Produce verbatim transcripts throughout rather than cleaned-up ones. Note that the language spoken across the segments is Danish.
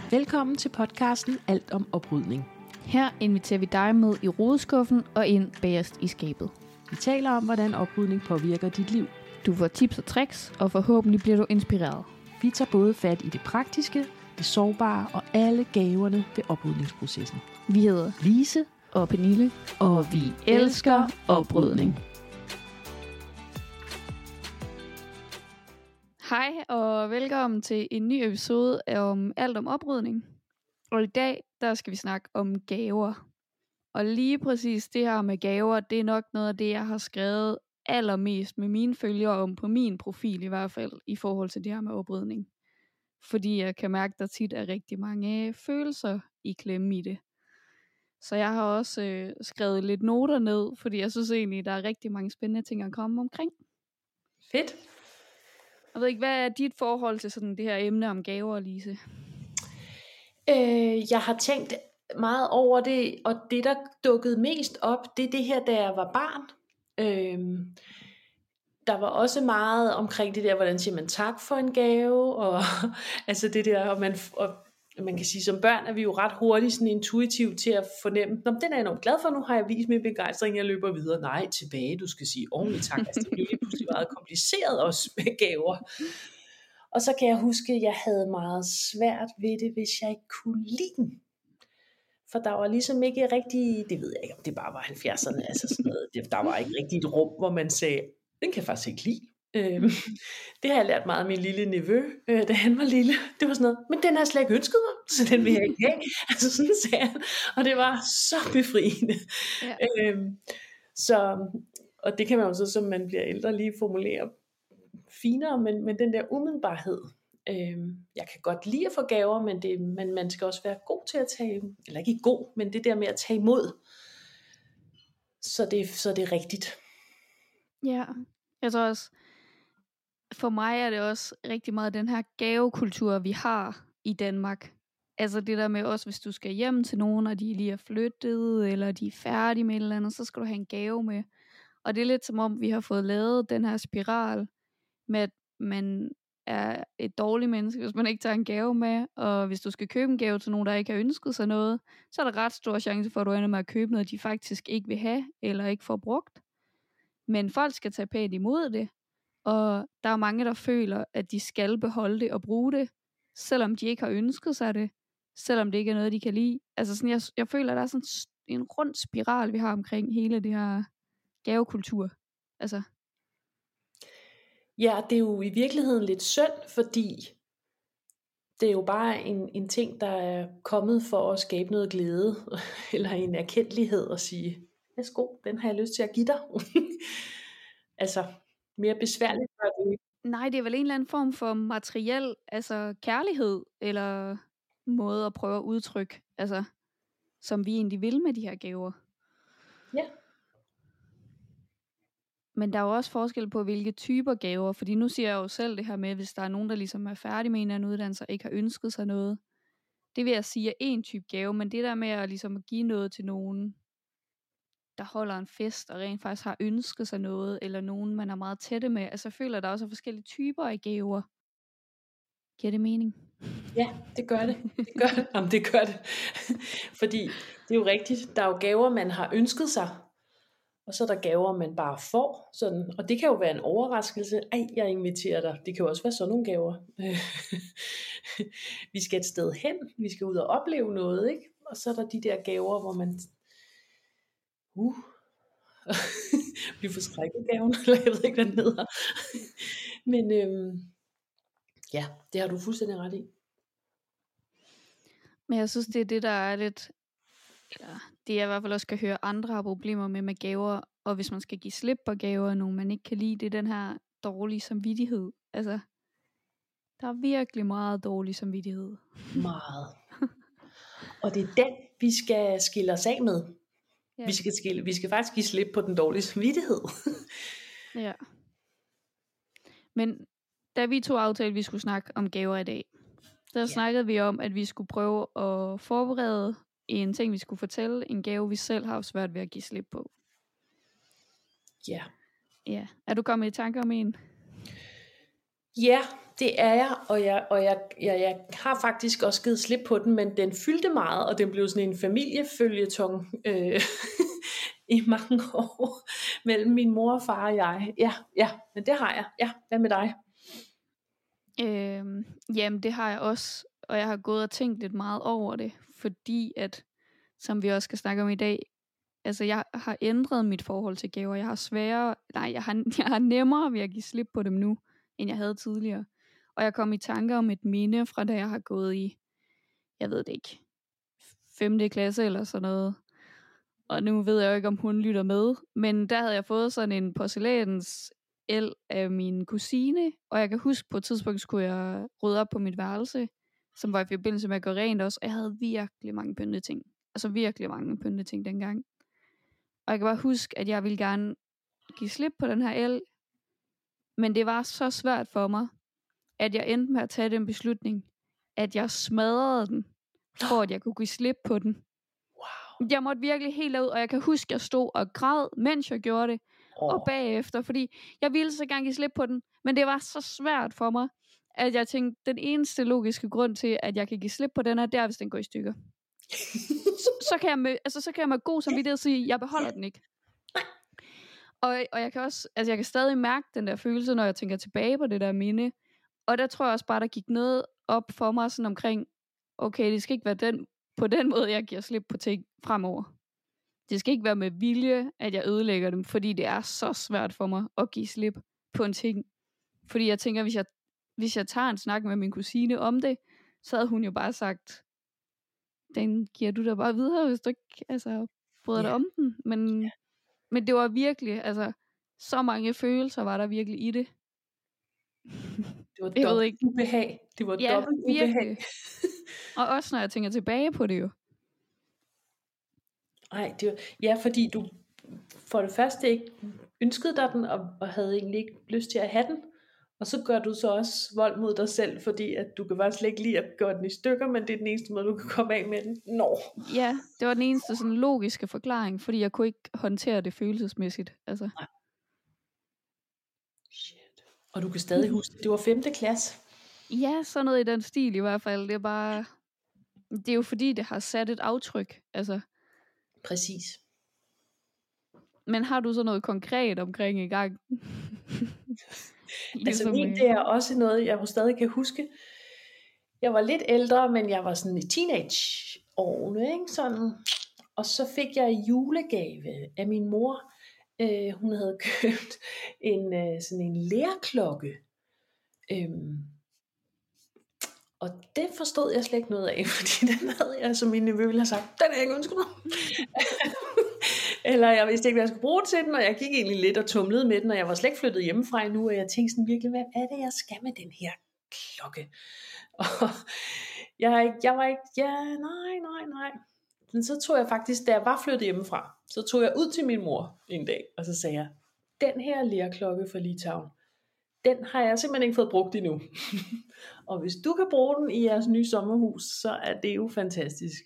Velkommen til podcasten Alt om oprydning. Her inviterer vi dig med i rodeskuffen og ind bagerst i skabet. Vi taler om, hvordan oprydning påvirker dit liv. Du får tips og tricks, og forhåbentlig bliver du inspireret. Vi tager både fat i det praktiske, det sårbare og alle gaverne ved oprydningsprocessen. Vi hedder Lise og Pernille, og vi elsker oprydning. Hej og velkommen til en ny episode om alt om oprydning. Og i dag, der skal vi snakke om gaver. Og lige præcis det her med gaver, det er nok noget af det, jeg har skrevet allermest med mine følgere om, på min profil i hvert fald, i forhold til det her med oprydning. Fordi jeg kan mærke, at der tit er rigtig mange følelser i klemme i det. Så jeg har også øh, skrevet lidt noter ned, fordi jeg synes egentlig, der er rigtig mange spændende ting at komme omkring. Fedt. Jeg ved ikke, hvad er dit forhold til sådan det her emne om gaver, Lise? Øh, jeg har tænkt meget over det, og det der dukkede mest op, det er det her, da jeg var barn. Øh, der var også meget omkring det der, hvordan siger man tak for en gave, og altså det der, og man, og man kan sige, som børn er vi jo ret hurtigt sådan intuitivt til at fornemme, Nå, den er jeg enormt glad for, nu har jeg vist min begejstring, jeg løber videre. Nej, tilbage, du skal sige ordentligt tak. Altså, det blev lige pludselig meget kompliceret også med gaver. Og så kan jeg huske, at jeg havde meget svært ved det, hvis jeg ikke kunne lide den. For der var ligesom ikke rigtig, det ved jeg ikke, om det bare var halvfjerdserne, altså sådan noget. Der var ikke rigtig et rum, hvor man sagde, den kan jeg faktisk ikke lide. Øhm, det har jeg lært meget af min lille nevø, øh, da han var lille. Det var sådan noget, men den har jeg slet ikke ønsket mig, så den vil jeg ikke have. Altså sådan sagde han, og det var så befriende. Ja. Øhm, så, og det kan man jo så, som man bliver ældre, lige formulere finere, men, men den der umiddelbarhed. Øhm, jeg kan godt lide at få gaver, men, det, men man skal også være god til at tage, eller ikke god, men det der med at tage imod, så det, så det er rigtigt. Ja, jeg tror også, for mig er det også rigtig meget den her gavekultur, vi har i Danmark. Altså det der med også, hvis du skal hjem til nogen, og de lige er flyttet, eller de er færdige med et eller andet, så skal du have en gave med. Og det er lidt som om, vi har fået lavet den her spiral, med at man er et dårligt menneske, hvis man ikke tager en gave med, og hvis du skal købe en gave til nogen, der ikke har ønsket sig noget, så er der ret stor chance for, at du ender med at købe noget, de faktisk ikke vil have, eller ikke får brugt. Men folk skal tage pænt imod det, og der er mange, der føler, at de skal beholde det og bruge det, selvom de ikke har ønsket sig det, selvom det ikke er noget, de kan lide. Altså sådan, jeg, jeg føler, at der er sådan en rund spiral, vi har omkring hele det her gavekultur. Altså. Ja, det er jo i virkeligheden lidt synd, fordi det er jo bare en, en ting, der er kommet for at skabe noget glæde, eller en erkendelighed at sige, værsgo, den har jeg lyst til at give dig. Altså, mere besværligt gør det ikke. Nej, det er vel en eller anden form for materiel, altså kærlighed, eller måde at prøve at udtrykke, altså, som vi egentlig vil med de her gaver. Ja. Men der er jo også forskel på, hvilke typer gaver, fordi nu siger jeg jo selv det her med, hvis der er nogen, der ligesom er færdige med en eller anden uddannelse, og ikke har ønsket sig noget. Det vil jeg sige er en type gave, men det der med at, ligesom at give noget til nogen, der holder en fest, og rent faktisk har ønsket sig noget, eller nogen, man er meget tætte med, altså jeg føler, at der også er forskellige typer af gaver. Giver det mening? Ja, det gør det. Det gør det. Jamen, det gør det. Fordi det er jo rigtigt, der er jo gaver, man har ønsket sig, og så er der gaver, man bare får. Sådan. Og det kan jo være en overraskelse. Ej, jeg inviterer dig. Det kan jo også være sådan nogle gaver. Vi skal et sted hen. Vi skal ud og opleve noget, ikke? Og så er der de der gaver, hvor man uh, bliver forskrækket gaven, eller jeg ved ikke, hvad den hedder. Men øhm, ja, det har du fuldstændig ret i. Men jeg synes, det er det, der er lidt, eller det jeg i hvert fald også kan høre andre har problemer med med gaver, og hvis man skal give slip på gaver, nogen man ikke kan lide, det er den her dårlige samvittighed. Altså, der er virkelig meget dårlig samvittighed. Meget. Og det er den, vi skal skille os af med. Ja. Vi skal skille, vi skal faktisk give slip på den dårlige samvittighed. Ja. Men da vi to aftalte, at vi skulle snakke om gaver i dag, der ja. snakkede vi om, at vi skulle prøve at forberede en ting, vi skulle fortælle, en gave, vi selv har svært ved at give slip på. Ja. Ja. Er du kommet i tanke om en? Ja, Det er jeg, og jeg, og jeg, jeg, jeg har faktisk også givet slip på den, men den fyldte meget, og den blev sådan en familiefølgetong øh, i mange år mellem min mor og far og jeg. Ja, ja, men det har jeg. Ja, hvad med dig? Øhm, jamen, det har jeg også, og jeg har gået og tænkt lidt meget over det, fordi at, som vi også skal snakke om i dag, altså jeg har ændret mit forhold til gaver. Jeg har sværere, nej, jeg har, jeg har nemmere ved at give slip på dem nu, end jeg havde tidligere. Og jeg kom i tanke om et minde fra da jeg har gået i, jeg ved det ikke, femte klasse eller sådan noget. Og nu ved jeg jo ikke, om hun lytter med, men der havde jeg fået sådan en porcelæns el af min kusine, og jeg kan huske, på et tidspunkt skulle jeg rydde op på mit værelse, som var i forbindelse med at gå rent også, og jeg havde virkelig mange pynteting. Altså virkelig mange pynteting dengang. Og jeg kan bare huske, at jeg ville gerne give slip på den her el, men det var så svært for mig, at jeg endte med at tage den beslutning, at jeg smadrede den, for at jeg kunne give slip på den. Wow. Jeg måtte virkelig helt ud, og jeg kan huske, at jeg stod og græd, mens jeg gjorde det, oh. og bagefter, fordi jeg ville så gerne give slip på den, men det var så svært for mig, at jeg tænkte, den eneste logiske grund til, at jeg kan give slip på den her, det er, hvis den går i stykker. så, så, kan jeg med, altså, så kan jeg med god samvittighed sige, at jeg beholder den ikke. Og, og jeg kan også, altså jeg kan stadig mærke den der følelse, når jeg tænker tilbage på det der minde. Og der tror jeg også bare, der gik noget op for mig sådan omkring, okay, det skal ikke være den, på den måde, jeg giver slip på ting fremover. Det skal ikke være med vilje, at jeg ødelægger dem, fordi det er så svært for mig at give slip på en ting. Fordi jeg tænker, hvis jeg, hvis jeg tager en snak med min kusine om det, så havde hun jo bare sagt, den giver du da bare videre, hvis du ikke altså, bryder yeah. dig om den. Men, yeah. men det var virkelig, altså, så mange følelser var der virkelig i det. Det var dobbelt ubehag. Det var ja, dobbelt ubehag. Og også når jeg tænker tilbage på det jo. Nej, det var, ja, fordi du for det første ikke ønskede dig den, og, og havde egentlig ikke lyst til at have den. Og så gør du så også vold mod dig selv, fordi at du kan bare slet ikke lide at gøre den i stykker, men det er den eneste måde, du kan komme af med den. Nå. Ja, det var den eneste sådan logiske forklaring, fordi jeg kunne ikke håndtere det følelsesmæssigt. Altså. Nej. Shit. Og du kan stadig huske, det var femte klasse. Ja, sådan noget i den stil i hvert fald. Det er bare, det er jo fordi, det har sat et aftryk. Altså. Præcis. Men har du så noget konkret omkring i gang? Ligesom altså min, det er også noget, jeg stadig kan huske. Jeg var lidt ældre, men jeg var sådan i teenageårene, ikke? Sådan. Og så fik jeg julegave af min mor. Øh, hun havde købt en, øh, sådan en lerklokke. Øhm, og det forstod jeg slet ikke noget af, fordi den havde jeg, som min nevø ville have sagt, den er jeg ikke ønsket mig. Eller jeg vidste ikke, hvad jeg skulle bruge til den, og jeg gik egentlig lidt og tumlede med den, og jeg var slet ikke flyttet hjemmefra endnu, og jeg tænkte sådan virkelig, hvad er det, jeg skal med den her klokke? Og jeg, jeg var ikke, ja, nej, nej, nej. Men så tog jeg faktisk, da jeg var flyttet hjemmefra, så tog jeg ud til min mor en dag, og så sagde jeg, den her lerklokke fra Litauen, den har jeg simpelthen ikke fået brugt endnu. Og hvis du kan bruge den i jeres nye sommerhus, så er det jo fantastisk.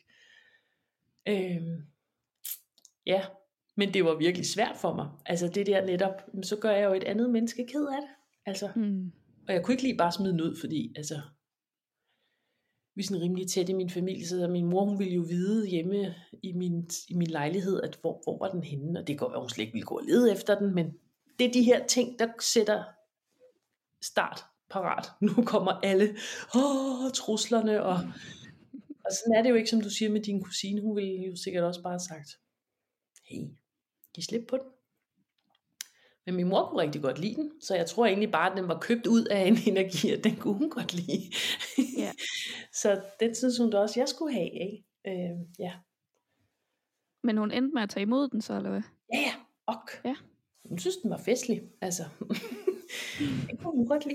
Øhm, ja, men det var virkelig svært for mig. Altså det der netop, så gør jeg jo et andet menneske ked af det. Altså, mm. Og jeg kunne ikke lige bare smide den ud, fordi altså, vi er sådan rimelig tæt i min familie, så min mor, hun ville jo vide hjemme i min, i min lejlighed, at hvor, hvor var den henne, og det går, hun slet ikke ville gå og lede efter den, men det er de her ting, der sætter start parat. Nu kommer alle åh, truslerne, og, og sådan er det jo ikke, som du siger med din kusine, hun ville jo sikkert også bare have sagt, hey, giv slip på den. Men min mor kunne rigtig godt lide den, så jeg tror egentlig bare, at den var købt ud af en energi, og den kunne hun godt lide. Yeah. Så den synes hun da også, jeg skulle have, ikke? Øh, ja. Men hun endte med at tage imod den så, eller hvad? Ja, ja, ok. Ja. Hun synes, den var festlig, altså. Det kunne hun godt lide.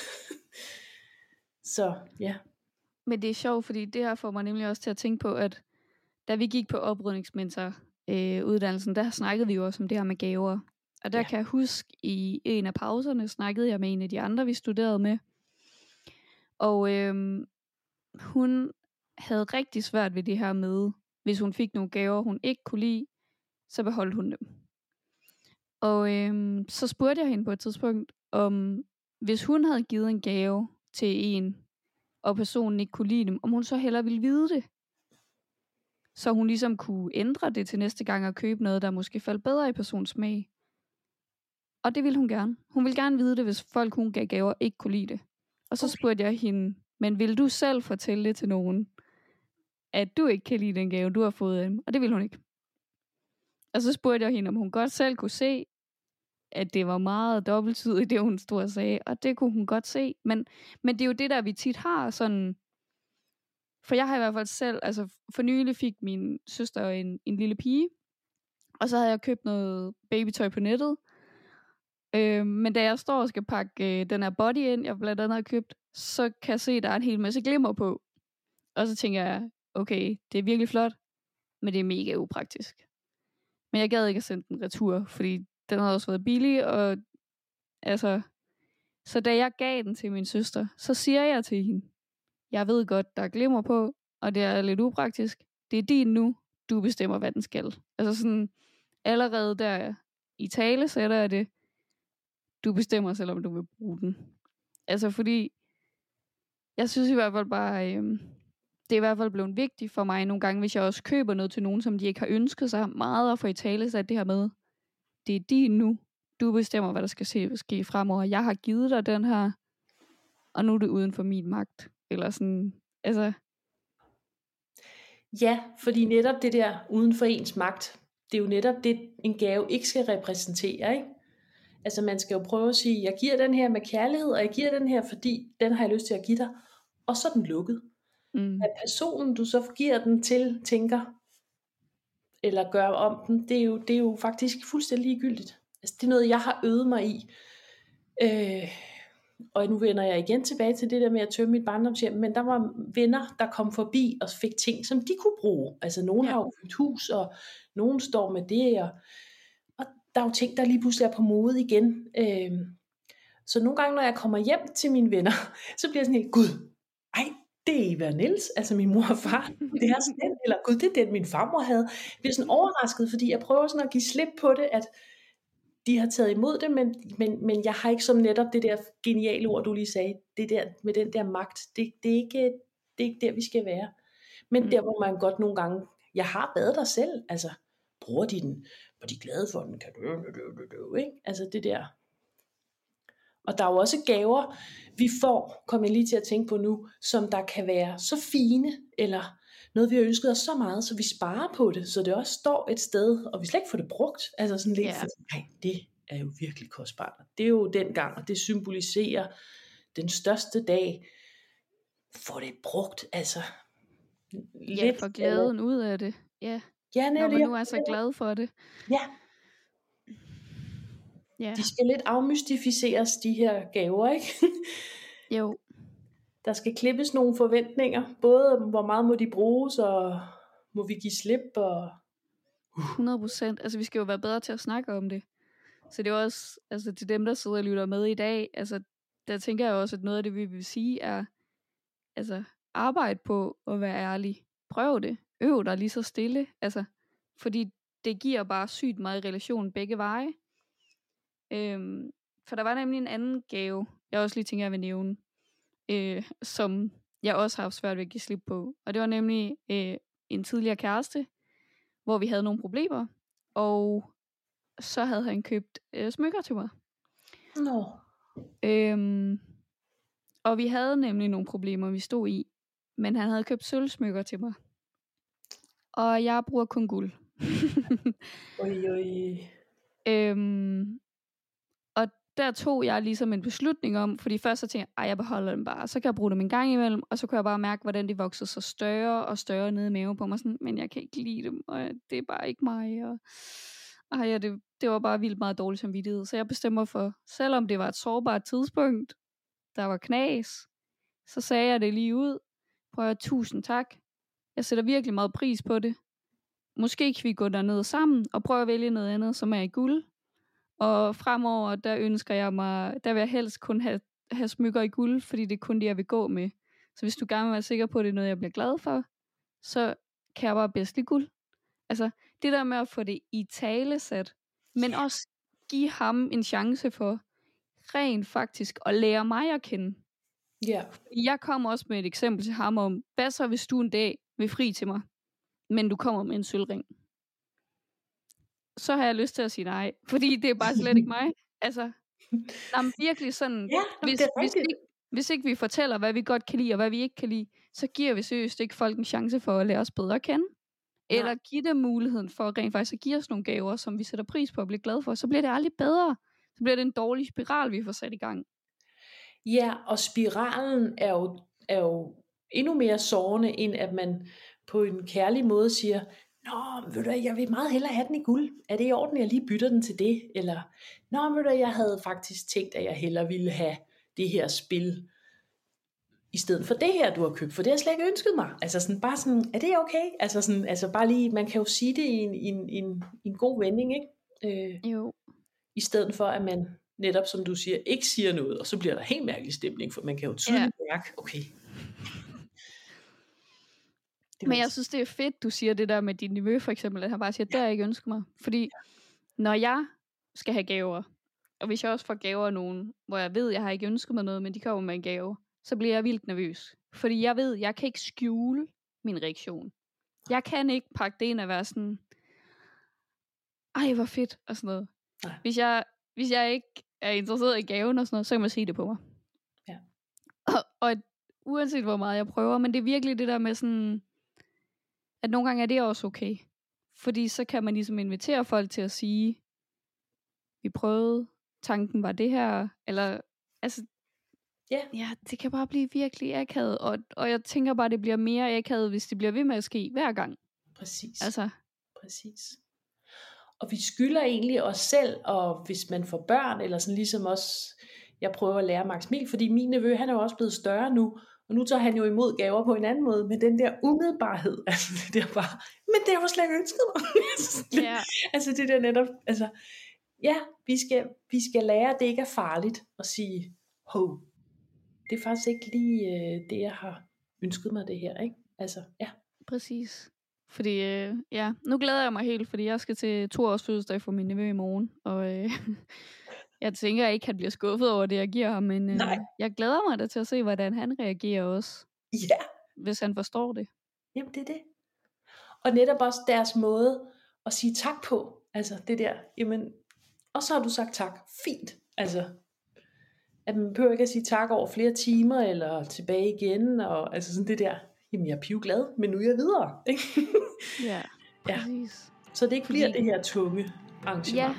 Så, ja. Men det er sjovt, fordi det her får mig nemlig også til at tænke på, at da vi gik på oprydningsmentor øh, uddannelsen, der snakkede vi jo også om det her med gaver. Og der ja. Kan jeg huske, i en af pauserne snakkede jeg med en af de andre, vi studerede med. Og øhm, hun havde rigtig svært ved det her med, hvis hun fik nogle gaver, hun ikke kunne lide, så beholdt hun dem. Og øhm, så spurgte jeg hende på et tidspunkt, om hvis hun havde givet en gave til en, og personen ikke kunne lide dem, om hun så hellere ville vide det. Så hun ligesom kunne ændre det til næste gang og købe noget, der måske faldt bedre i persons smag. Og det ville hun gerne. Hun ville gerne vide det, hvis folk, hun gav gaver, ikke kunne lide det. Og så spurgte jeg hende, men vil du selv fortælle det til nogen, at du ikke kan lide den gave, du har fået af dem? Og det ville hun ikke. Og så spurgte jeg hende, om hun godt selv kunne se, at det var meget dobbelttydigt, det hun stod og sagde. Og det kunne hun godt se. Men, men det er jo det, der vi tit har sådan. For jeg har i hvert fald selv, altså for nylig fik min søster en, en lille pige. Og så havde jeg købt noget babytøj på nettet. Øh, men da jeg står og skal pakke øh, den her body ind, jeg blandt andet har købt, så kan jeg se, at der er en hel masse glimmer på. Og så tænker jeg, okay, det er virkelig flot, men det er mega upraktisk. Men jeg gad ikke at sende den retur, fordi den havde også været billig, og altså, så da jeg gav den til min søster, så siger jeg til hende, jeg ved godt, der er glimmer på, og det er lidt upraktisk. Det er din nu, du bestemmer, hvad den skal. Altså sådan, allerede der i tale sætter jeg det, du bestemmer selv, om du vil bruge den. Altså fordi, jeg synes i hvert fald bare, øh, det er i hvert fald blevet vigtigt for mig nogle gange, hvis jeg også køber noget til nogen, som de ikke har ønsket sig meget at få i tale sat det her med, det er din nu, du bestemmer, hvad der skal ske, ske fremover. Jeg har givet dig den her, og nu er det uden for min magt. Eller sådan, altså. Ja, fordi netop det der uden for ens magt, det er jo netop det, en gave ikke skal repræsentere, ikke? Altså man skal jo prøve at sige, jeg giver den her med kærlighed, og jeg giver den her, fordi den har jeg lyst til at give dig, og så er den lukket. Mm. At personen, du så giver den til, tænker, eller gør om den, det er jo, det er jo faktisk fuldstændig ligegyldigt. Altså det er noget, jeg har øvet mig i. Øh, og nu vender jeg igen tilbage til det der med at tømme mit barndomshjem, men der var venner, der kom forbi og fik ting, som de kunne bruge. Altså nogen ja. har jo fyldt hus, og nogen står med det, og der er jo ting, der lige pludselig er på mode igen. Øh, så nogle gange, når jeg kommer hjem til mine venner, så bliver jeg sådan helt, gud, ej, det er Eva Niels, altså min mor og far, det er sådan den, eller gud, det er den, min farmor havde. Jeg bliver sådan overrasket, fordi jeg prøver sådan at give slip på det, at de har taget imod det, men, men, men jeg har ikke som netop det der geniale ord, du lige sagde, det der med den der magt, det, det, er, ikke, det er ikke der, vi skal være. Men mm. der, hvor man godt nogle gange, jeg har været der selv, altså, bruger de den, hvor de er glade for den, kan du, du, du, du, ikke? Altså det der. Og der er jo også gaver, vi får, kommer jeg lige til at tænke på nu, som der kan være så fine, eller noget vi har ønsket os så meget, så vi sparer på det, så det også står et sted, og vi slet ikke får det brugt. Altså sådan lidt, yeah. nej, det er jo virkelig kostbart. Det er jo den gang, og det symboliserer den største dag, får det brugt, altså. Lidt, ja, for glæden ud af det. Ja, ja når man nu er så glad for det. Ja. Ja. De skal lidt afmystificeres, de her gaver, ikke? Jo. Der skal klippes nogle forventninger, både hvor meget må de bruges, og må vi give slip, og hundrede procent. Altså vi skal jo være bedre til at snakke om det. Så det er også, altså til dem, der sidder og lytter med i dag, altså der tænker jeg også, at noget af det, vi vil sige, er, altså arbejde på at være ærlig. Prøv det. Øv dig lige så stille. Altså, fordi det giver bare sygt meget i relationen begge veje. Øhm, for der var nemlig en anden gave, jeg også lige tænker, jeg vil nævne, øh, som jeg også har haft svært ved at give slip på. Og det var nemlig øh, en tidligere kæreste, hvor vi havde nogle problemer, og så havde han købt øh, smykker til mig. Nå. Øhm, og vi havde nemlig nogle problemer, vi stod i, men han havde købt sølvsmykker til mig. Og jeg bruger kun guld. Oj, oj. Øhm, og der tog jeg ligesom en beslutning om, fordi først så tænkte jeg, ej, jeg beholder dem bare, så kan jeg bruge dem en gang imellem, og så kunne jeg bare mærke, hvordan de voksede så større og større nede i maven på mig, sådan, men jeg kan ikke lide dem, og det er bare ikke mig, og ej, ja, det, det var bare vildt meget dårligt samvittighed, så jeg bestemmer for, selvom det var et sårbart tidspunkt, der var knas, så sagde jeg det lige ud, prøv at tusind tak, jeg sætter virkelig meget pris på det, måske kan vi gå derned sammen, og prøve at vælge noget andet, som er i guld, og fremover, der ønsker jeg mig, der vil jeg helst kun have, have smykker i guld, fordi det er kun det, jeg vil gå med. Så hvis du gerne vil være sikker på, at det er noget, jeg bliver glad for, så kan jeg bare bedst lide guld. Altså, det der med at få det i talesæt, men også give ham en chance for rent faktisk at lære mig at kende. Ja. Jeg kommer også med et eksempel til ham om, hvad så hvis du en dag vil fri til mig, men du kommer med en sølvring? Så har jeg lyst til at sige nej, fordi det er bare slet ikke mig. Altså, jamen, virkelig sådan, Ja, hvis, det er hvis, rigtigt. ikke, hvis ikke vi fortæller, hvad vi godt kan lide, og hvad vi ikke kan lide, så giver vi seriøst ikke folk en chance for at lære os bedre at kende. Nej. Eller give dem muligheden for rent faktisk at give os nogle gaver, som vi sætter pris på og bliver glade for. Så bliver det aldrig bedre. Så bliver det en dårlig spiral, vi får sat i gang. Ja, og spiralen er jo, er jo endnu mere sårende, end at man på en kærlig måde siger, nå, ved du, jeg vil meget hellere have den i guld. Er det i orden, jeg lige bytter den til det? Eller, nå, ved du, jeg havde faktisk tænkt, at jeg hellere ville have det her spil, i stedet for det her, du har købt, for det har jeg slet ikke ønsket mig. Altså sådan, bare sådan, er det okay? Altså sådan, altså bare lige, man kan jo sige det i en, i en, i en, i en god vending, ikke? Øh, Jo. I stedet for, at man netop, som du siger, ikke siger noget, og så bliver der helt mærkelig stemning, for man kan jo tydeligt Ja. mærke, okay. Det Men var- jeg synes, det er fedt, du siger det der med din nevø, for eksempel, at han bare siger, det har jeg ikke ønsket mig. Fordi når jeg skal have gaver, og hvis jeg også får gaver af nogen, hvor jeg ved, jeg har ikke ønsket mig noget, men de kommer med en gave, så bliver jeg vildt nervøs. Fordi jeg ved, jeg kan ikke skjule min reaktion. Jeg kan ikke pakke det ind og være sådan, ej, hvor fedt, og sådan noget. Nej. Hvis jeg, hvis jeg ikke er interesseret i gaven og sådan noget, så kan man sige det på mig. Ja. Og, og uanset hvor meget jeg prøver, men det er virkelig det der med sådan, at nogle gange er det også okay. Fordi så kan man ligesom invitere folk til at sige, vi prøvede, tanken var det her, eller altså, Ja. ja, det kan bare blive virkelig akavet, og, og jeg tænker bare, det bliver mere akavet, hvis det bliver ved med at ske hver gang. Præcis. Altså, Præcis. Og vi skylder egentlig os selv, og hvis man får børn, eller sådan ligesom også, jeg prøver at lære Max Mil, fordi min nevø, han er jo også blevet større nu, og nu tager han jo imod gaver på en anden måde, men den der umiddelbarhed, altså det der bare, men det har jeg slet ikke ønsket mig. ja, Altså det der netop, altså, ja, vi skal, vi skal lære, at det ikke er farligt at sige, hov, det er faktisk ikke lige øh, det, jeg har ønsket mig det her, ikke? Altså, ja. præcis. Fordi, øh, ja, nu glæder jeg mig helt, fordi jeg skal til to års fødselsdag for min nevø i morgen, og øh, jeg tænker ikke, at han bliver skuffet over det, jeg giver ham, men øh, Nej. jeg glæder mig da til at se, hvordan han reagerer også, Ja, hvis han forstår det. jamen det er det. Og netop også deres måde at sige tak på, altså det der, jamen, og så har du sagt tak, fint, altså, at man behøver ikke at sige tak over flere timer, eller tilbage igen, og altså sådan det der, jamen jeg er pivglad, men nu er jeg videre, ikke? Ja, Ja. præcis. Så det ikke bliver Fordi- det her tunge arrangement. Ja.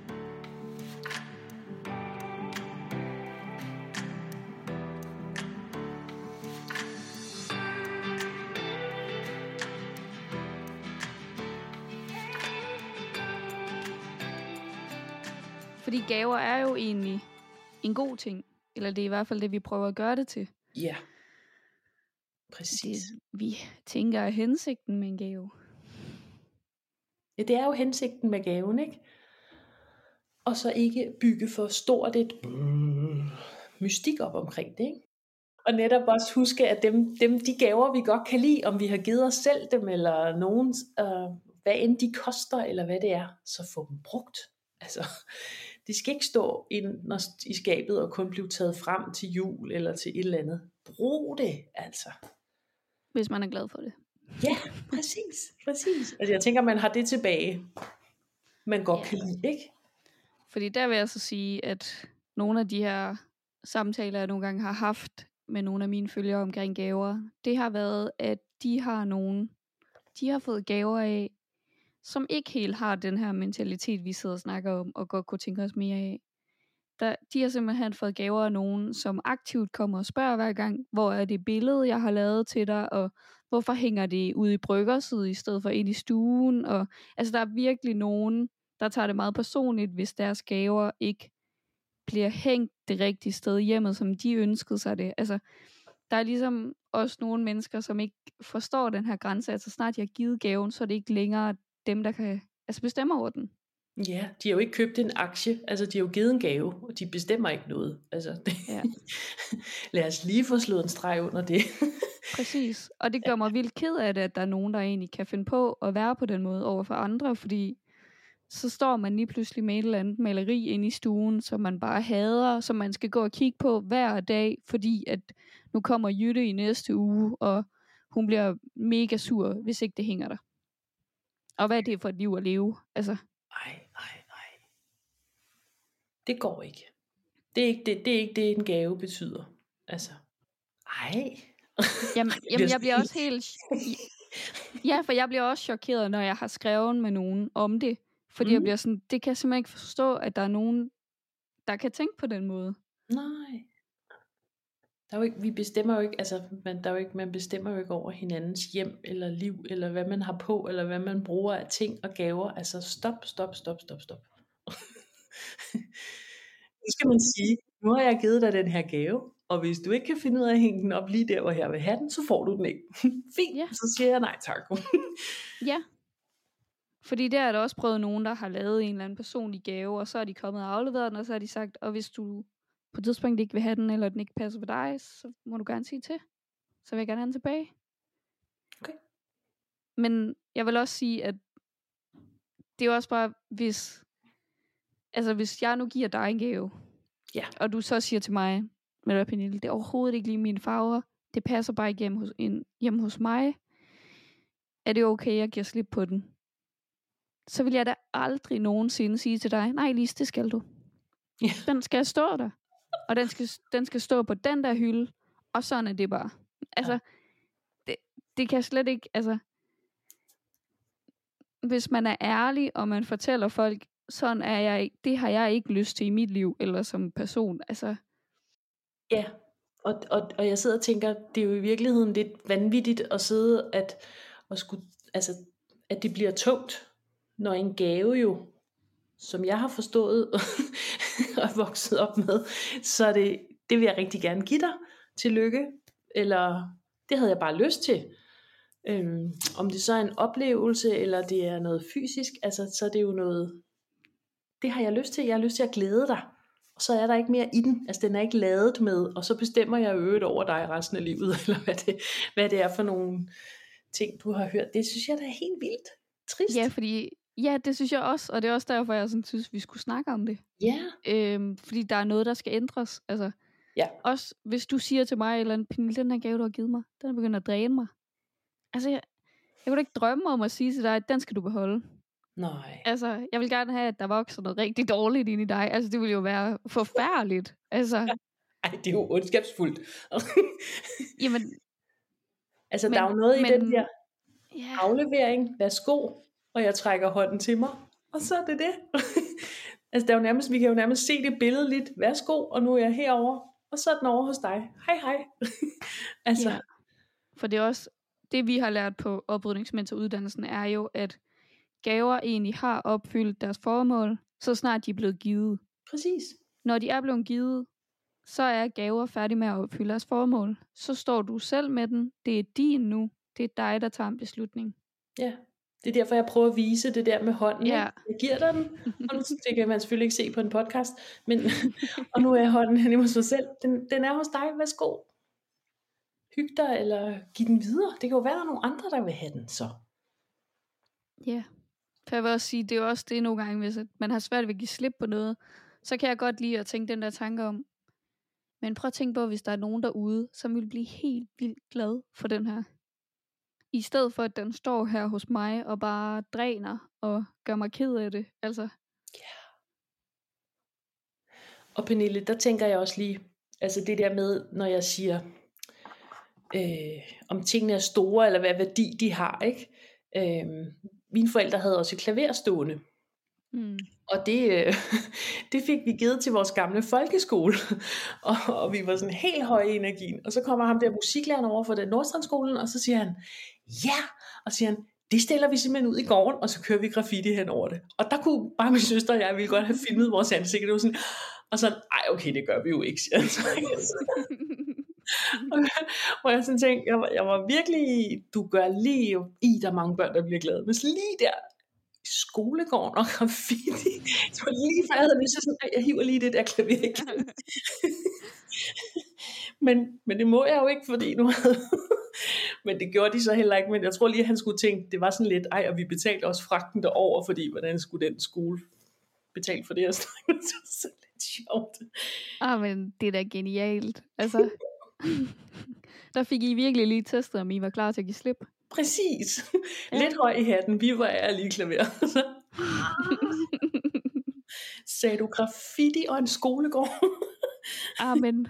Fordi gaver er jo egentlig en god ting. Eller det er i hvert fald det, vi prøver at gøre det til. Ja. Præcis. Det, vi tænker er hensigten med en gave. Ja, det er jo hensigten med gaven, ikke? Og så ikke bygge for stort et mm, mystik op omkring det, ikke? Og netop også huske, at dem, dem, de gaver, vi godt kan lide, om vi har givet os selv dem, eller nogen, øh, hvad end de koster, eller hvad det er, så få dem brugt. Altså, de skal ikke stå ind, når, i skabet og kun blive taget frem til jul, eller til et eller andet. Brug det, altså. Hvis man er glad for det. Ja, præcis, præcis. Altså, jeg tænker, man har det tilbage, man godt Ja. kan lide, ikke? Fordi der vil jeg så sige, at nogle af de her samtaler, jeg nogle gange har haft med nogle af mine følgere omkring gaver, det har været, at de har nogen, de har fået gaver af, som ikke helt har den her mentalitet, vi sidder og snakker om, og godt kunne tænke os mere af. Der, de har simpelthen fået gaver af nogen, som aktivt kommer og spørger hver gang, hvor er det billede, jeg har lavet til dig, og hvorfor hænger det ude i bryggersiden i stedet for ind i stuen, og altså der er virkelig nogen, der tager det meget personligt, hvis deres gaver ikke bliver hængt det rigtige sted i hjemmet, som de ønskede sig det. Altså, der er ligesom også nogle mennesker, som ikke forstår den her grænse, altså snart jeg har givet gaven, så er det ikke længere dem, der kan altså bestemme over den. Ja, de har jo ikke købt en aktie, altså de har jo givet en gave, og de bestemmer ikke noget. Altså, det, Ja. lad os lige få slået en streg under det. Præcis, og det gør mig vildt ked af det, at der er nogen, der egentlig kan finde på at være på den måde over for andre, fordi så står man lige pludselig med et eller andet maleri inde i stuen, som man bare hader, som man skal gå og kigge på hver dag, fordi at nu kommer Jytte i næste uge, og hun bliver mega sur, hvis ikke det hænger der. Og hvad er det for et liv at leve? Altså. Ej, ej, ej. Det går ikke. Det er ikke det, det, er ikke det en gave betyder. Altså, ej. Jamen, jamen jeg bliver også helt... Ja, for jeg bliver også chokeret, når jeg har skrevet med nogen om det. Fordi mm. jeg bliver sådan, det kan jeg simpelthen ikke forstå, at der er nogen, der kan tænke på den måde. Nej. Der er jo ikke, vi bestemmer jo ikke, altså man, der er jo ikke, man bestemmer jo ikke over hinandens hjem eller liv, eller hvad man har på, eller hvad man bruger af ting og gaver. Altså stop, stop, stop, stop, stop. Nu skal man sige, nu har jeg givet dig den her gave, og hvis du ikke kan finde ud af at hænge den op lige der, hvor jeg vil have den, så får du den ikke. Fint, ja. Så siger jeg nej tak. Ja. Fordi der er der også prøvet nogen, der har lavet en eller anden personlig gave, og så er de kommet og afleveret den, og så har de sagt, og hvis du på et tidspunkt ikke vil have den, eller den ikke passer på dig, så må du gerne sige til. Så vil jeg gerne have den tilbage. Okay. Men jeg vil også sige, at det er også bare, hvis, altså hvis jeg nu giver dig en gave, ja. Og du så siger til mig, med Pernille, det er overhovedet ikke lige mine farver, det passer bare ikke hjemme hos, en, hjemme hos mig, er det okay, jeg giver slip på den? Så vil jeg da aldrig nogensinde sige til dig, nej Lise, det skal du. Ja. Den skal stå der. Og den skal, den skal stå på den der hylde, og sådan er det bare. Altså, ja. det, det kan slet ikke, altså, hvis man er ærlig, og man fortæller folk, sådan er jeg ikke, det har jeg ikke lyst til i mit liv, eller som person, altså. Ja, og, og, og jeg sidder og tænker, det er jo i virkeligheden lidt vanvittigt at sidde, at, at, skulle, altså, at det bliver tungt, når en gave jo, som jeg har forstået og vokset op med, så det, det vil jeg rigtig gerne give dig, tillykke, eller det havde jeg bare lyst til. Øhm, om det så er en oplevelse, eller det er noget fysisk, altså så er det jo noget, det har jeg lyst til, jeg har lyst til at glæde dig, og så er der ikke mere i den, altså den er ikke ladet med, og så bestemmer jeg øvrigt over dig resten af livet, eller hvad det, hvad det er for nogle ting, du har hørt. Det synes jeg da er helt vildt trist. Ja, fordi ja, det synes jeg også, og det er også derfor, jeg sådan synes, vi skulle snakke om det. Ja. Øhm, fordi der er noget, der skal ændres. Altså, ja. Også hvis du siger til mig, eller Pernille, den her gave, du har givet mig, den er begyndt at dræne mig. Altså, jeg, jeg kunne da ikke drømme om at sige til dig, at den skal du beholde. Nej. Altså, jeg vil gerne have, at der vokser noget rigtig dårligt ind i dig. Altså, det ville jo være forfærdeligt. Altså. Ej, det er jo ondskabsfuldt. Jamen. Altså, men, der er jo noget men, i den der yeah. aflevering. Værsgo. Og jeg trækker hånden til mig. Og så er det det. Altså, der er jo nærmest, vi kan jo nærmest se det billede lidt. Værsgo, og nu er jeg herovre. Og så er den over hos dig. Hej, hej. Altså. Ja. For det er også, det vi har lært på oprydningsmentoruddannelsen, er jo, at gaver egentlig har opfyldt deres formål, så snart de er blevet givet. Præcis. Når de er blevet givet, så er gaver færdige med at opfylde deres formål. Så står du selv med den. Det er din nu. Det er dig, der tager en beslutning. Ja, det er derfor, jeg prøver at vise det der med hånden. Ja. Jeg giver dig den, og nu, det kan man selvfølgelig ikke se på en podcast, men, og nu er hånden hen hos mig selv. Den, den er hos dig. Værsgo. Hyg dig, eller giv den videre. Det kan jo være, der er nogle andre, der vil have den så. Ja, for jeg vil også sige, det er jo også det nogle gange, hvis man har svært ved at give slip på noget, så kan jeg godt lide at tænke den der tanke om, men prøv at tænke på, hvis der er nogen derude, som vil blive helt vildt glad for den her. I stedet for, at den står her hos mig, og bare dræner, og gør mig ked af det. Altså. Yeah. Og Pernille, der tænker jeg også lige, altså det der med, når jeg siger, øh, om tingene er store, eller hvad værdi de har, ikke? Øh, mine forældre havde også et klaver stående. Mm. Og det, øh, det fik vi givet til vores gamle folkeskole. og, og vi var sådan helt høje i energien. Og så kommer ham der musiklæreren over for den Nordstrandskolen, og så siger han, ja, og så siger han, det stiller vi simpelthen ud i gården, og så kører vi graffiti hen over det. Og der kunne bare min søster og jeg ville godt have filmet vores ansigt. Det var sådan, og så, ej okay, det gør vi jo ikke, siger han så. Og jeg sådan tænkte, jeg var, jeg var virkelig, du gør lige i, der er mange børn, der bliver glade. Men lige der, i skolegården og graffiti, det var lige før jeg havde lyst til sådan, jeg hiver lige det der klaver igen. men, men det må jeg jo ikke, fordi nu havde, Men det gjorde de så heller ikke, men jeg tror lige, at han skulle tænke, det var sådan lidt, ej, og vi betalte også fragten derover, fordi hvordan skulle den skole betale for det? Og så det var så lidt sjovt. Ah, men det er da genialt. Altså, der fik I virkelig lige testet, om I var klar til at give slip. Præcis. Ja. Lidt høj i hatten, vi var ærlige klaver. Sagde du graffiti og en skolegård? Ah, men...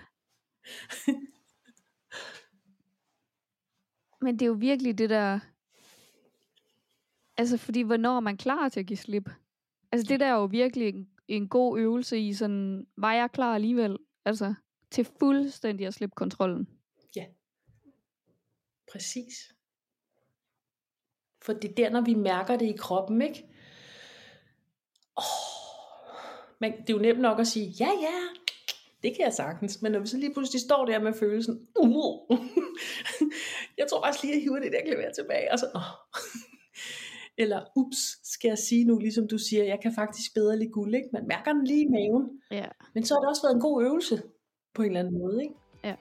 Men det er jo virkelig det der... Altså, fordi hvornår er man klar til at give slip? Altså, det der er jo virkelig en, en god øvelse i sådan... Var jeg klar alligevel? Altså, til fuldstændig at slippe kontrollen. Ja. Præcis. For det er der, når vi mærker det i kroppen, ikke? Oh. Men det er jo nemt nok at sige, ja, ja, det kan jeg sagtens. Men når vi så lige pludselig står der med følelsen, uh, jeg tror faktisk lige, at jeg hiver det der klaver tilbage. Og så, oh. Eller, ups, skal jeg sige nu, ligesom du siger, jeg kan faktisk bedre lide guld, ikke? Man mærker den lige i maven. Ja. Men så har det også været en god øvelse, på en eller anden måde, ikke? Ja.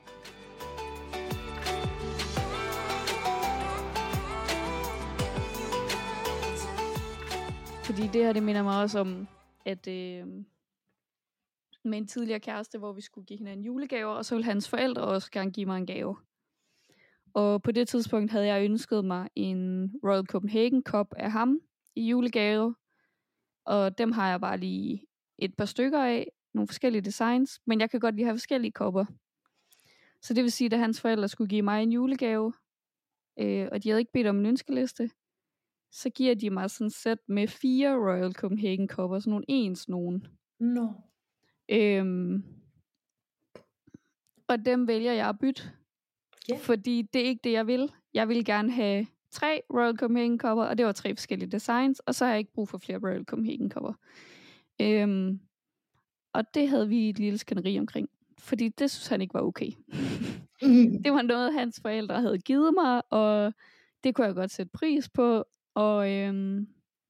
Fordi det her, det minder mig også om, at øh, med en tidligere kæreste, hvor vi skulle give hinanden julegaver, og så ville hans forældre også gerne give mig en gave. Og på det tidspunkt havde jeg ønsket mig en Royal Copenhagen kop af ham i julegave. Og dem har jeg bare lige et par stykker af, nogle forskellige designs, men jeg kan godt lide at have forskellige kopper. Så det vil sige, at hans forældre skulle give mig en julegave, øh, og de havde ikke bedt om en ønskeliste, så giver de mig sådan et sæt med fire Royal Copenhagen kopper, sådan nogle ens nogen. No. Øhm, og dem vælger jeg at bytte. Yeah. Fordi det er ikke det, jeg vil. Jeg vil gerne have tre Royal Copenhagen kopper, og det var tre forskellige designs, og så har jeg ikke brug for flere Royal Copenhagen kopper. Øhm, og det havde vi et lille skænderi omkring, fordi det synes han ikke var okay. Mm. Det var noget, hans forældre havde givet mig, og det kunne jeg godt sætte pris på, og øhm,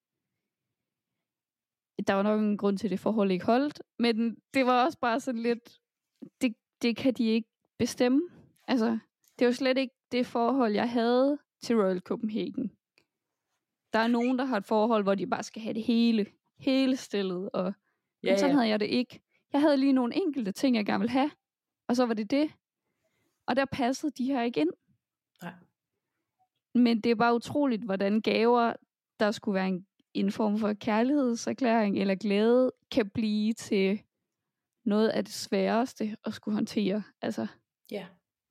der var nok en grund til, at det forhold ikke holdt, men det var også bare sådan lidt, det, det kan de ikke bestemme. Altså, det var slet ikke det forhold, jeg havde til Royal Copenhagen. Der er nogen, der har et forhold, hvor de bare skal have det hele, hele stillet, og ja, men sådan ja. havde jeg det ikke. Jeg havde lige nogle enkelte ting, jeg gerne ville have, og så var det det. Og der passede de her ikke ind. Nej. Men det er bare utroligt, hvordan gaver, der skulle være en, en form for kærlighedserklæring eller glæde, kan blive til noget af det sværeste at skulle håndtere. Altså. Ja.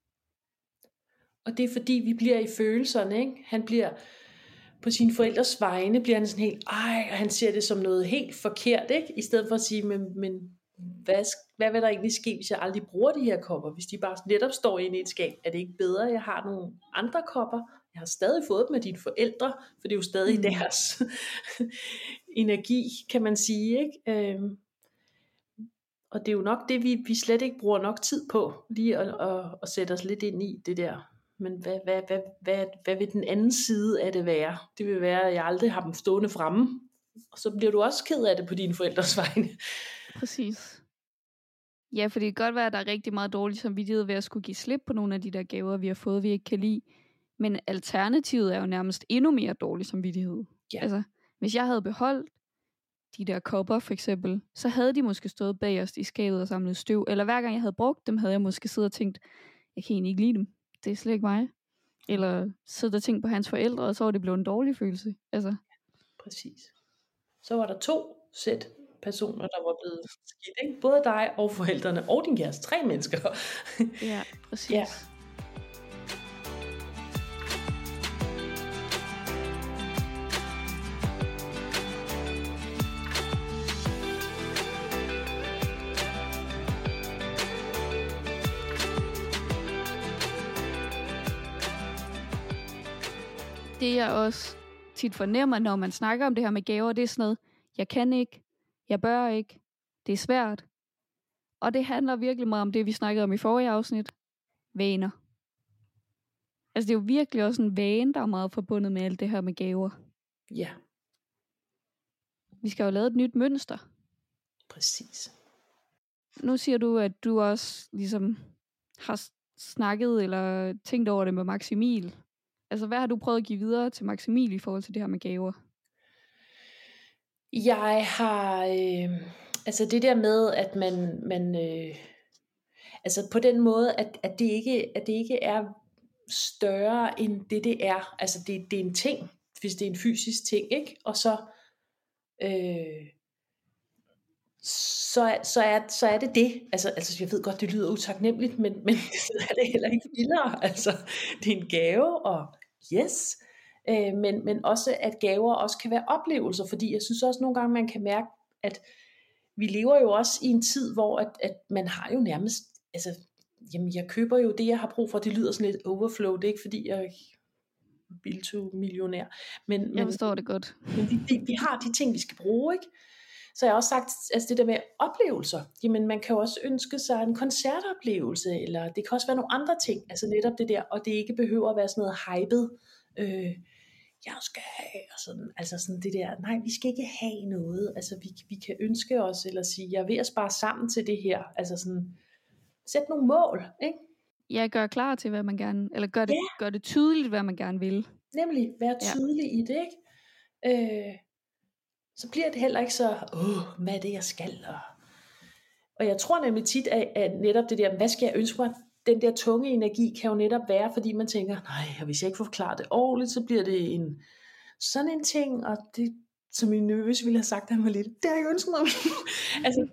Og det er fordi, vi bliver i følelserne, ikke? Han bliver på sine forældres vegne, bliver han sådan helt, ej, og han ser det som noget helt forkert, ikke? I stedet for at sige, men, men hvad, hvad vil der egentlig ske, hvis jeg aldrig bruger de her kopper? Hvis de bare netop står inde i et skab, er det ikke bedre, at jeg har nogle andre kopper? Jeg har stadig fået dem af dine forældre, for det er jo stadig mm. deres energi, kan man sige, ikke? Øhm, og det er jo nok det, vi, vi slet ikke bruger nok tid på, lige at, at, at sætte os lidt ind i det der. Men hvad, hvad, hvad, hvad, hvad vil den anden side af det være? Det vil være, at jeg aldrig har dem stående fremme, og så bliver du også ked af det på dine forældres vegne. Præcis. Ja, for det kan godt være, at der er rigtig meget dårlig samvittighed ved at skulle give slip på nogle af de der gaver, vi har fået, vi ikke kan lide. Men alternativet er jo nærmest endnu mere dårlig samvittighed. Ja. Altså, hvis jeg havde beholdt de der kopper for eksempel, så havde de måske stået bagerst i skabet og samlet støv. Eller hver gang jeg havde brugt dem, havde jeg måske siddet og tænkt, jeg kan egentlig ikke lide dem. Det er slet ikke mig. Eller siddet og tænkt på hans forældre, og så var det blevet en dårlig følelse. Altså. Præcis. Så var der to sæt personer, der var blevet skidt, ikke? Både dig og forældrene og din kæreste. Tre mennesker. Ja, præcis. Ja. Det jeg også tit fornemmer, når man snakker om det her med gaver, det er sådan noget, jeg kan ikke, jeg bør ikke, det er svært. Og det handler virkelig meget om det, vi snakkede om i forrige afsnit, vaner. Altså det er jo virkelig også en vane, der er meget forbundet med alt det her med gaver. Ja. Vi skal jo lave et nyt mønster. Præcis. Nu siger du, at du også ligesom har snakket eller tænkt over det med Max Emil. Altså, hvad har du prøvet at give videre til Maximil i forhold til det her med gaver? Jeg har, øh, altså det der med, at man, man øh, altså på den måde, at, at, det ikke, at det ikke er større end det, det er. Altså det, det er en ting, hvis det er en fysisk ting, ikke? Og så, øh, så, så, er, så er det det. Altså, altså jeg ved godt, det lyder utaknemmeligt, men, men det er det heller ikke vildere. Altså, det er en gave, og yes. Øh, men, men også, at gaver også kan være oplevelser, fordi jeg synes også nogle gange, man kan mærke, at vi lever jo også i en tid, hvor at, at man har jo nærmest, altså, jamen jeg køber jo det, jeg har brug for. Det lyder sådan lidt overflow, det er ikke fordi, jeg er bilto-millionær. Men, Jeg forstår det godt. Men vi, vi, vi har de ting, vi skal bruge, ikke? Så jeg har også sagt, altså det der med oplevelser, jamen man kan jo også ønske sig en koncertoplevelse, eller det kan også være nogle andre ting, altså netop det der, og det ikke behøver at være sådan noget hypet, øh, jeg skal have, og sådan, altså sådan det der, nej, vi skal ikke have noget, altså vi, vi kan ønske os, eller sige, jeg er ved at spare sammen til det her, altså sådan, sæt nogle mål, ikke? Ja, gør klar til, hvad man gerne, eller gør det, Ja. gør det tydeligt, hvad man gerne vil. Nemlig, være tydelig ja. i det, ikke? Øh, så bliver det heller ikke så, åh, hvad er det, jeg skal? Og, og jeg tror nemlig tit, at, at netop det der, hvad skal jeg ønske mig? Den der tunge energi kan jo netop være, fordi man tænker, nej, hvis jeg ikke får forklaret det ordentligt, så bliver det en sådan en ting, og det, som min nervøs ville have sagt, at han var lidt, det har jeg ikke ønsket mig. altså,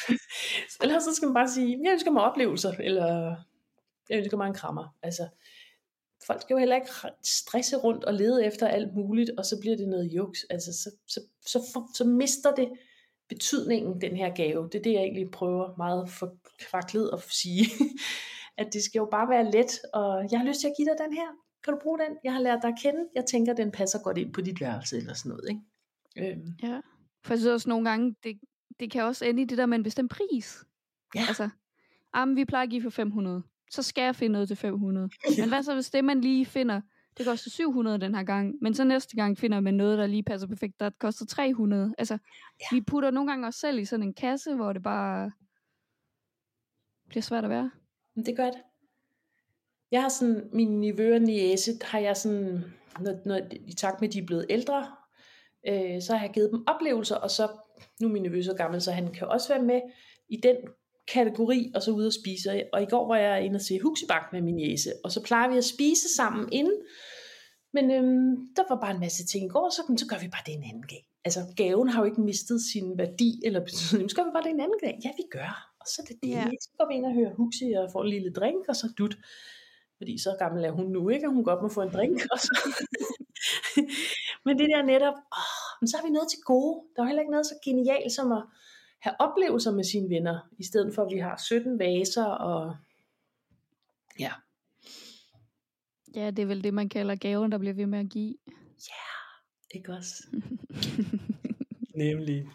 eller så skal man bare sige, jeg ønsker mig oplevelser, eller jeg ønsker mig en krammer. Altså, folk skal jo heller ikke stresse rundt og lede efter alt muligt, og så bliver det noget juks. Altså, så, så, så, så, så mister det betydningen, den her gave. Det er det, jeg egentlig prøver meget forkvaklet at sige. At det skal jo bare være let, og jeg har lyst til at give dig den her. Kan du bruge den? Jeg har lært dig at kende. Jeg tænker, den passer godt ind på dit værelse, eller sådan noget, ikke? Øhm. Ja, for jeg synes også nogle gange, det, det kan også ende i det der med en bestemt pris. Ja. Altså, ah, vi plejer at give for fem hundrede. Så skal jeg finde noget til fem hundrede. Men hvad så, hvis det, man lige finder, det koster syv hundrede den her gang, men så næste gang finder man noget, der lige passer perfekt, der koster tre hundrede. Altså, ja. Vi putter nogle gange os selv i sådan en kasse, hvor det bare bliver svært at være. Det gør det. Jeg har sådan, mine nevøer og niece, har jeg sådan, når, når, i takt med, at de er blevet ældre, øh, så har jeg givet dem oplevelser, og så, nu er min nevø så gammel, så han kan også være med i den kategori, og så ude og spise. Og i går var jeg inde og se Huxibak med min niece, og så plejer vi at spise sammen inden, men øhm, der var bare en masse ting i går, så, så gør vi bare det en anden dag. Altså, gaven har jo ikke mistet sin værdi eller betydning, så gør vi bare det en anden dag. Ja, vi gør. Og så er det det. Yeah. Så går vi ind og hører Huxi og får en lille drink, og så dut. Fordi så gammel er hun nu, ikke? Og hun godt må få en drink. Og så. Men det der netop, åh, men så har vi noget til gode. Der er heller ikke noget så genialt som at have oplevelser med sine venner, i stedet for at vi har sytten vaser, og ja. Ja, det er vel det, man kalder gaven, der bliver ved med at give. Ja, ikke også? Nemlig.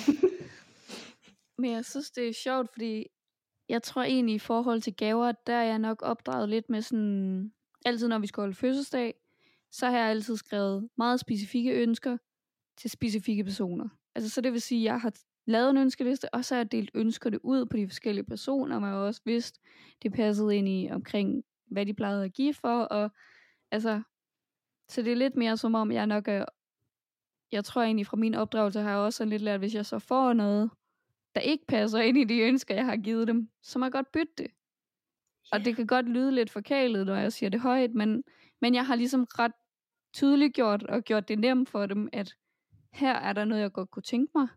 Men jeg synes, det er sjovt, fordi jeg tror egentlig i forhold til gaver, der er jeg nok opdraget lidt med sådan, altid når vi skal holde fødselsdag, så har jeg altid skrevet meget specifikke ønsker til specifikke personer. Altså så det vil sige, at jeg har lavet en ønskeliste, og så har jeg delt ønskerne ud på de forskellige personer, og man har også vidst, det passede ind i omkring, hvad de plejede at give for, og altså, så det er lidt mere som om, jeg nok er, jeg tror egentlig fra min opdragelse har jeg også lidt lært, hvis jeg så får noget, der ikke passer ind i de ønsker, jeg har givet dem, så må jeg godt bytte det. Og det kan godt lyde lidt forkælet, når jeg siger det højt, men, men jeg har ligesom ret tydeligt gjort, og gjort det nemt for dem, at her er der noget, jeg godt kunne tænke mig.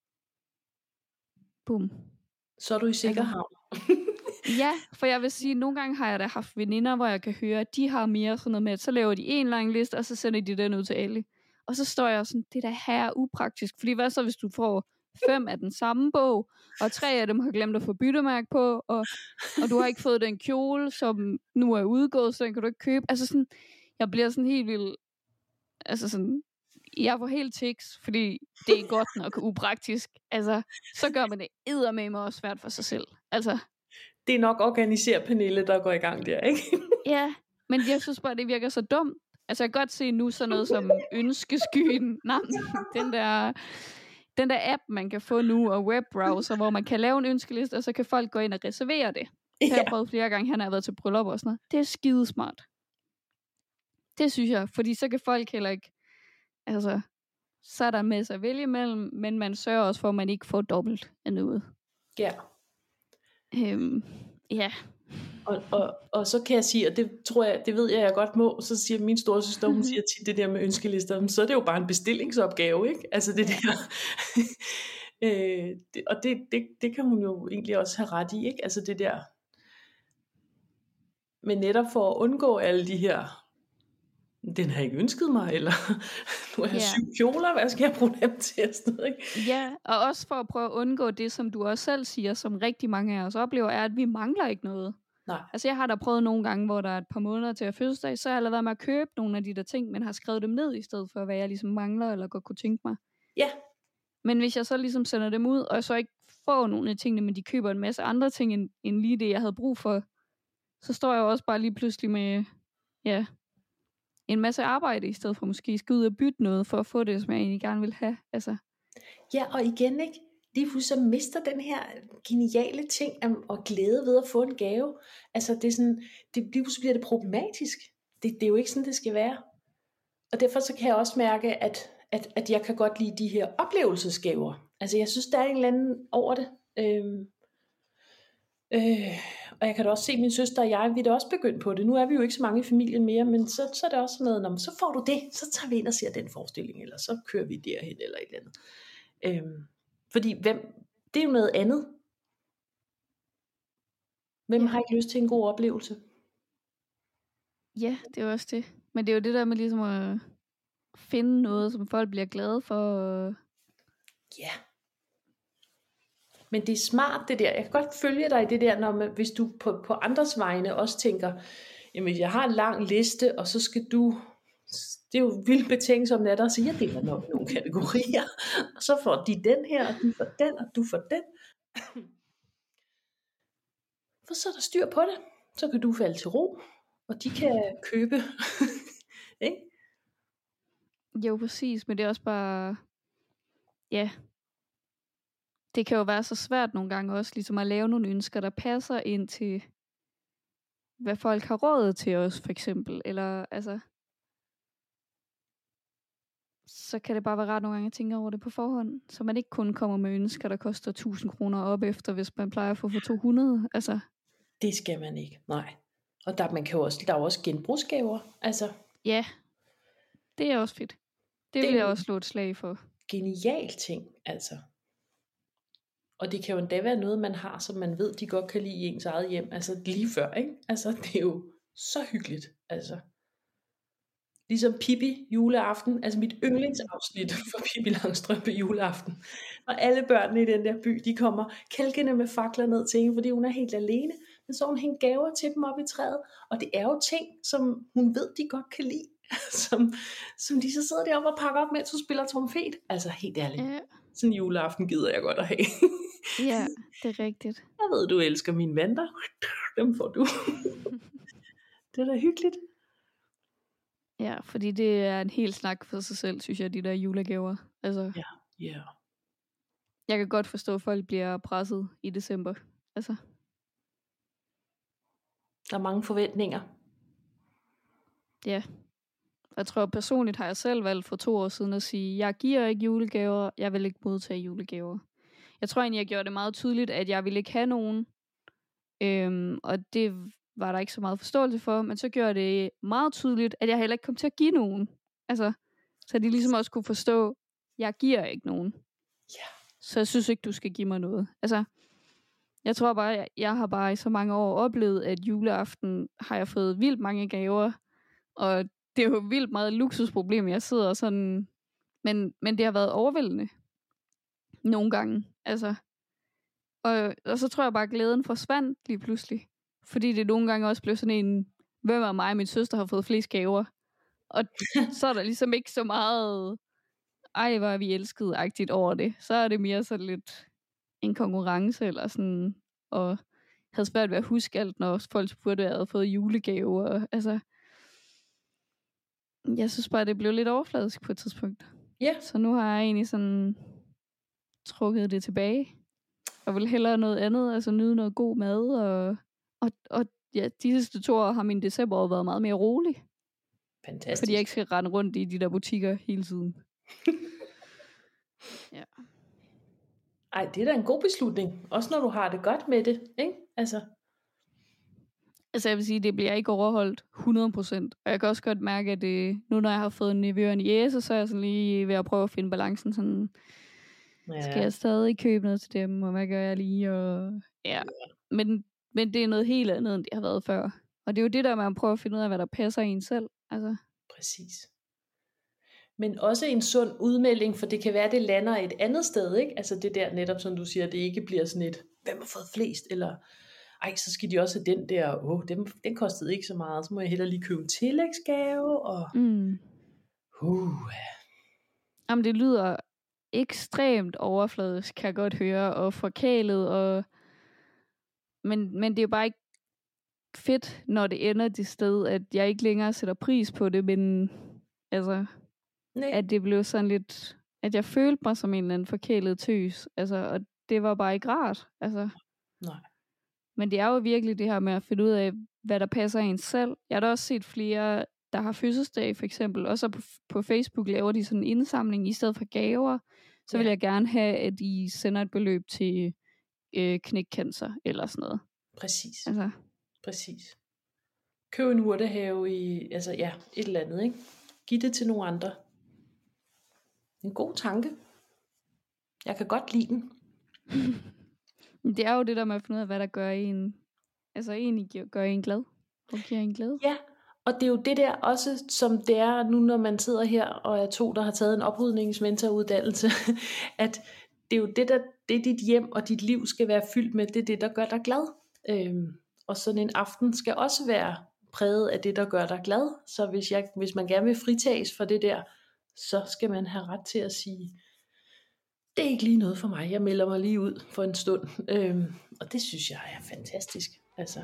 Bum. Så er du i sikker havn. Ja, for jeg vil sige, at nogle gange har jeg da haft veninder, hvor jeg kan høre, at de har mere sådan noget med, at så laver de en lang liste, og så sender de den ud til alle. Og så står jeg sådan, det der her er upraktisk. Fordi hvad så, hvis du får fem af den samme bog, og tre af dem har glemt at få byttemærke på, og, og du har ikke fået den kjole, som nu er udgået, så den kan du ikke købe. Altså sådan, jeg bliver sådan helt vild, altså sådan, jeg får helt tiks, fordi det er godt nok upraktisk. Altså, så gør man det eddermame også svært for sig selv. Altså, det er nok organiseret Pernille, der går i gang der, ikke? Ja, men jeg synes bare, det virker så dumt. Altså, jeg kan godt se nu sådan noget som ønskeskyen. Nej, den der, den der app, man kan få nu, og webbrowser, hvor man kan lave en ønskeliste, og så kan folk gå ind og reservere det. Det har jeg prøvet flere gange, han har været til bryllup og sådan noget. Det er skidesmart. Det synes jeg, fordi så kan folk heller ikke, altså, så er der en masse at vælge imellem, men man sørger også for, at man ikke får dobbelt af noget. Ja. Øhm, ja. Og, og, og så kan jeg sige, og det tror jeg, det ved jeg, jeg godt må, så siger min storesøster, hun siger tit det der med ønskelister, så er det jo bare en bestillingsopgave, ikke? Altså det der, øh, det, og det, det, det kan hun jo egentlig også have ret i, ikke? Altså det der, men netop for at undgå alle de her, den har ikke ønsket mig, eller nu har jeg Ja. syv kjoler, hvad skal jeg bruge dem til? Sådan noget, ikke? Ja, og også for at prøve at undgå det, som du også selv siger, som rigtig mange af os oplever, er, at vi mangler ikke noget. Nej. Altså jeg har da prøvet nogle gange, hvor der er et par måneder til at fødselsdag, så har jeg lavet være med at købe nogle af de der ting, men har skrevet dem ned i stedet for, hvad jeg ligesom mangler, eller godt kunne tænke mig. Ja. Men hvis jeg så ligesom sender dem ud, og så ikke får nogle af tingene, men de køber en masse andre ting, end, end lige det, jeg havde brug for, så står jeg jo også bare lige pludselig med, ja, en masse arbejde, i stedet for måske skal ud og bytte noget, for at få det, som jeg egentlig gerne vil have. Altså. Ja, og igen, ikke? Lige pludselig så mister den her geniale ting og glæde ved at få en gave. Altså det er sådan, det, lige pludselig bliver det problematisk. Det, det er jo ikke sådan, det skal være. Og derfor så kan jeg også mærke, at, at, at jeg kan godt lide de her oplevelsesgaver. Altså jeg synes, der er en eller anden over det. Øhm, øh, og jeg kan da også se, at min søster og jeg, vi er da også begyndt på det. Nu er vi jo ikke så mange i familien mere, men så, så er det også sådan noget, når man, så får du det, så tager vi ind og ser den forestilling, eller så kører vi derhen, eller et eller andet. Øhm, fordi hvem, det er jo noget andet. Hvem har ikke lyst til en god oplevelse? Ja, det er jo også det. Men det er jo det der med ligesom at finde noget, som folk bliver glade for. Ja. Men det er smart det der. Jeg kan godt følge dig i det der, når man, hvis du på, på andres vegne også tænker, jamen jeg har en lang liste, og så skal du, det er jo vildt betænksomt af dig, og siger, jeg deler nok nogle kategorier, og så får de den her, og du får den, og du får den. For så er der styr på det. Så kan du falde til ro, og de kan købe. Ikke? Jo, præcis, men det er også bare, ja, det kan jo være så svært nogle gange også, ligesom at lave nogle ønsker, der passer ind til, hvad folk har råd til os, for eksempel, eller altså, så kan det bare være rart nogle gange at tænke over det på forhånd, så man ikke kun kommer med ønsker, der koster tusind kroner op efter, hvis man plejer at få for to hundrede, altså. Det skal man ikke, nej. Og der, man kan jo også, der er jo også genbrugsgaver, altså. Ja, det er også fedt. Det, det vil jeg også slå et slag for. Genial ting, altså. Og det kan jo endda være noget, man har, som man ved, de godt kan lide i ens eget hjem, altså lige før, ikke? Altså, det er jo så hyggeligt, altså. Ligesom Pippi juleaften, altså mit yndlingsafsnit for Pippi Langstrømpe juleaften. Og alle børnene i den der by, de kommer kælkende med fakler ned til hende, fordi hun er helt alene. Men så har hun hængt gaver til dem op i træet. Og det er jo ting, som hun ved, de godt kan lide. som, som de så sidder deroppe og pakker op, mens hun spiller trompet. Altså helt ærligt. Ja. Sådan en juleaften gider jeg godt at have. Ja, det er rigtigt. Jeg ved, du elsker mine vanter. Dem får du. Det er da hyggeligt. Ja, fordi det er en hel snak for sig selv, synes jeg, de der julegaver. Altså, ja, ja. Jeg kan godt forstå, at folk bliver presset i december. Altså. Der er mange forventninger. Ja. Jeg tror personligt har jeg selv valgt for to år siden at sige, jeg giver ikke julegaver, jeg vil ikke modtage julegaver. Jeg tror egentlig, jeg gjorde det meget tydeligt, at jeg ville ikke have nogen. Øhm, og det var der ikke så meget forståelse for, men så gjorde det meget tydeligt, at jeg heller ikke kom til at give nogen. Altså, så de ligesom også kunne forstå, jeg giver ikke nogen. Ja. Så jeg synes ikke, du skal give mig noget. Altså, jeg tror bare, jeg, jeg har bare i så mange år oplevet, at juleaften har jeg fået vildt mange gaver, og det er jo vildt meget luksusproblem, jeg sidder sådan, men, men det har været overvældende. Nogle gange, altså. Og, og så tror jeg bare, at glæden forsvandt lige pludselig. Fordi det nogle gange også blev sådan en, hvem af mig og min søster har fået flest gaver. Og så er der ligesom ikke så meget, ej, hvor er vi elsket-agtigt over det. Så er det mere sådan lidt en konkurrence, eller sådan, og havde svært ved at huske alt, når folk spurgte, at jeg havde fået julegaver. Altså, jeg synes bare, det blev lidt overfladisk på et tidspunkt. Ja. Yeah. Så nu har jeg egentlig sådan trukket det tilbage. Og vil hellere noget andet, altså nyde noget god mad. Og, og, og ja, de sidste to år har min december været meget mere rolig. Fantastisk. Fordi jeg ikke skal rende rundt i de der butikker hele tiden. Ja. Ej, det er da en god beslutning. Også når du har det godt med det, ikke? Altså. Altså jeg vil sige, det bliver ikke overholdt hundrede procent. Og jeg kan også godt mærke, at det, nu når jeg har fået en nevø og en jæse, så er jeg sådan lige ved at prøve at finde balancen. Sådan, ja. Skal jeg stadig købe noget til dem, og hvad gør jeg lige? Og, ja. ja. Men, men det er noget helt andet, end det har været før. Og det er jo det der med at prøve at finde ud af, hvad der passer en selv. Altså. Præcis. Men også en sund udmelding, for det kan være, det lander et andet sted, ikke? Altså det der netop, som du siger, det ikke bliver sådan et, hvem har fået flest, eller ej, så skal de også have den der, åh, den, den kostede ikke så meget, så må jeg hellere lige købe en tillægsgave, og mm. uh. Jamen det lyder ekstremt overfladisk, kan jeg godt høre, og forkælet, og men, men det er jo bare ikke fedt, når det ender det sted, at jeg ikke længere sætter pris på det, men altså, nej. At det blev sådan lidt, at jeg følte mig som en eller anden forkælet tøs, altså, og det var bare ikke rart, altså. Nej. Men det er jo virkelig det her med at finde ud af, hvad der passer en selv. Jeg har da også set flere, der har fødselsdag for eksempel, og så på, på Facebook laver de sådan en indsamling i stedet for gaver. Så ja. Vil jeg gerne have, at I sender et beløb til øh, knækcancer eller sådan noget. Præcis. Altså. Præcis. Køb en urtehave i, altså ja, et eller andet, ikke? Giv det til nogle andre. En god tanke. Jeg kan godt lide den. Det er jo det der med at finde ud af, hvad der gør en, altså egentlig gør en glad. Og giver en glæde. Ja, og det er jo det der også, som det er nu, når man sidder her, og er to, der har taget en oprydningsmentoruddannelse, at det er jo det, der, det dit hjem og dit liv skal være fyldt med, det er det, der gør dig glad. Øhm, og sådan en aften skal også være præget af det, der gør dig glad. Så hvis, jeg, hvis man gerne vil fritages for det der, så skal man have ret til at sige, det er ikke lige noget for mig, jeg melder mig lige ud for en stund. Øhm, og det synes jeg er fantastisk. Altså.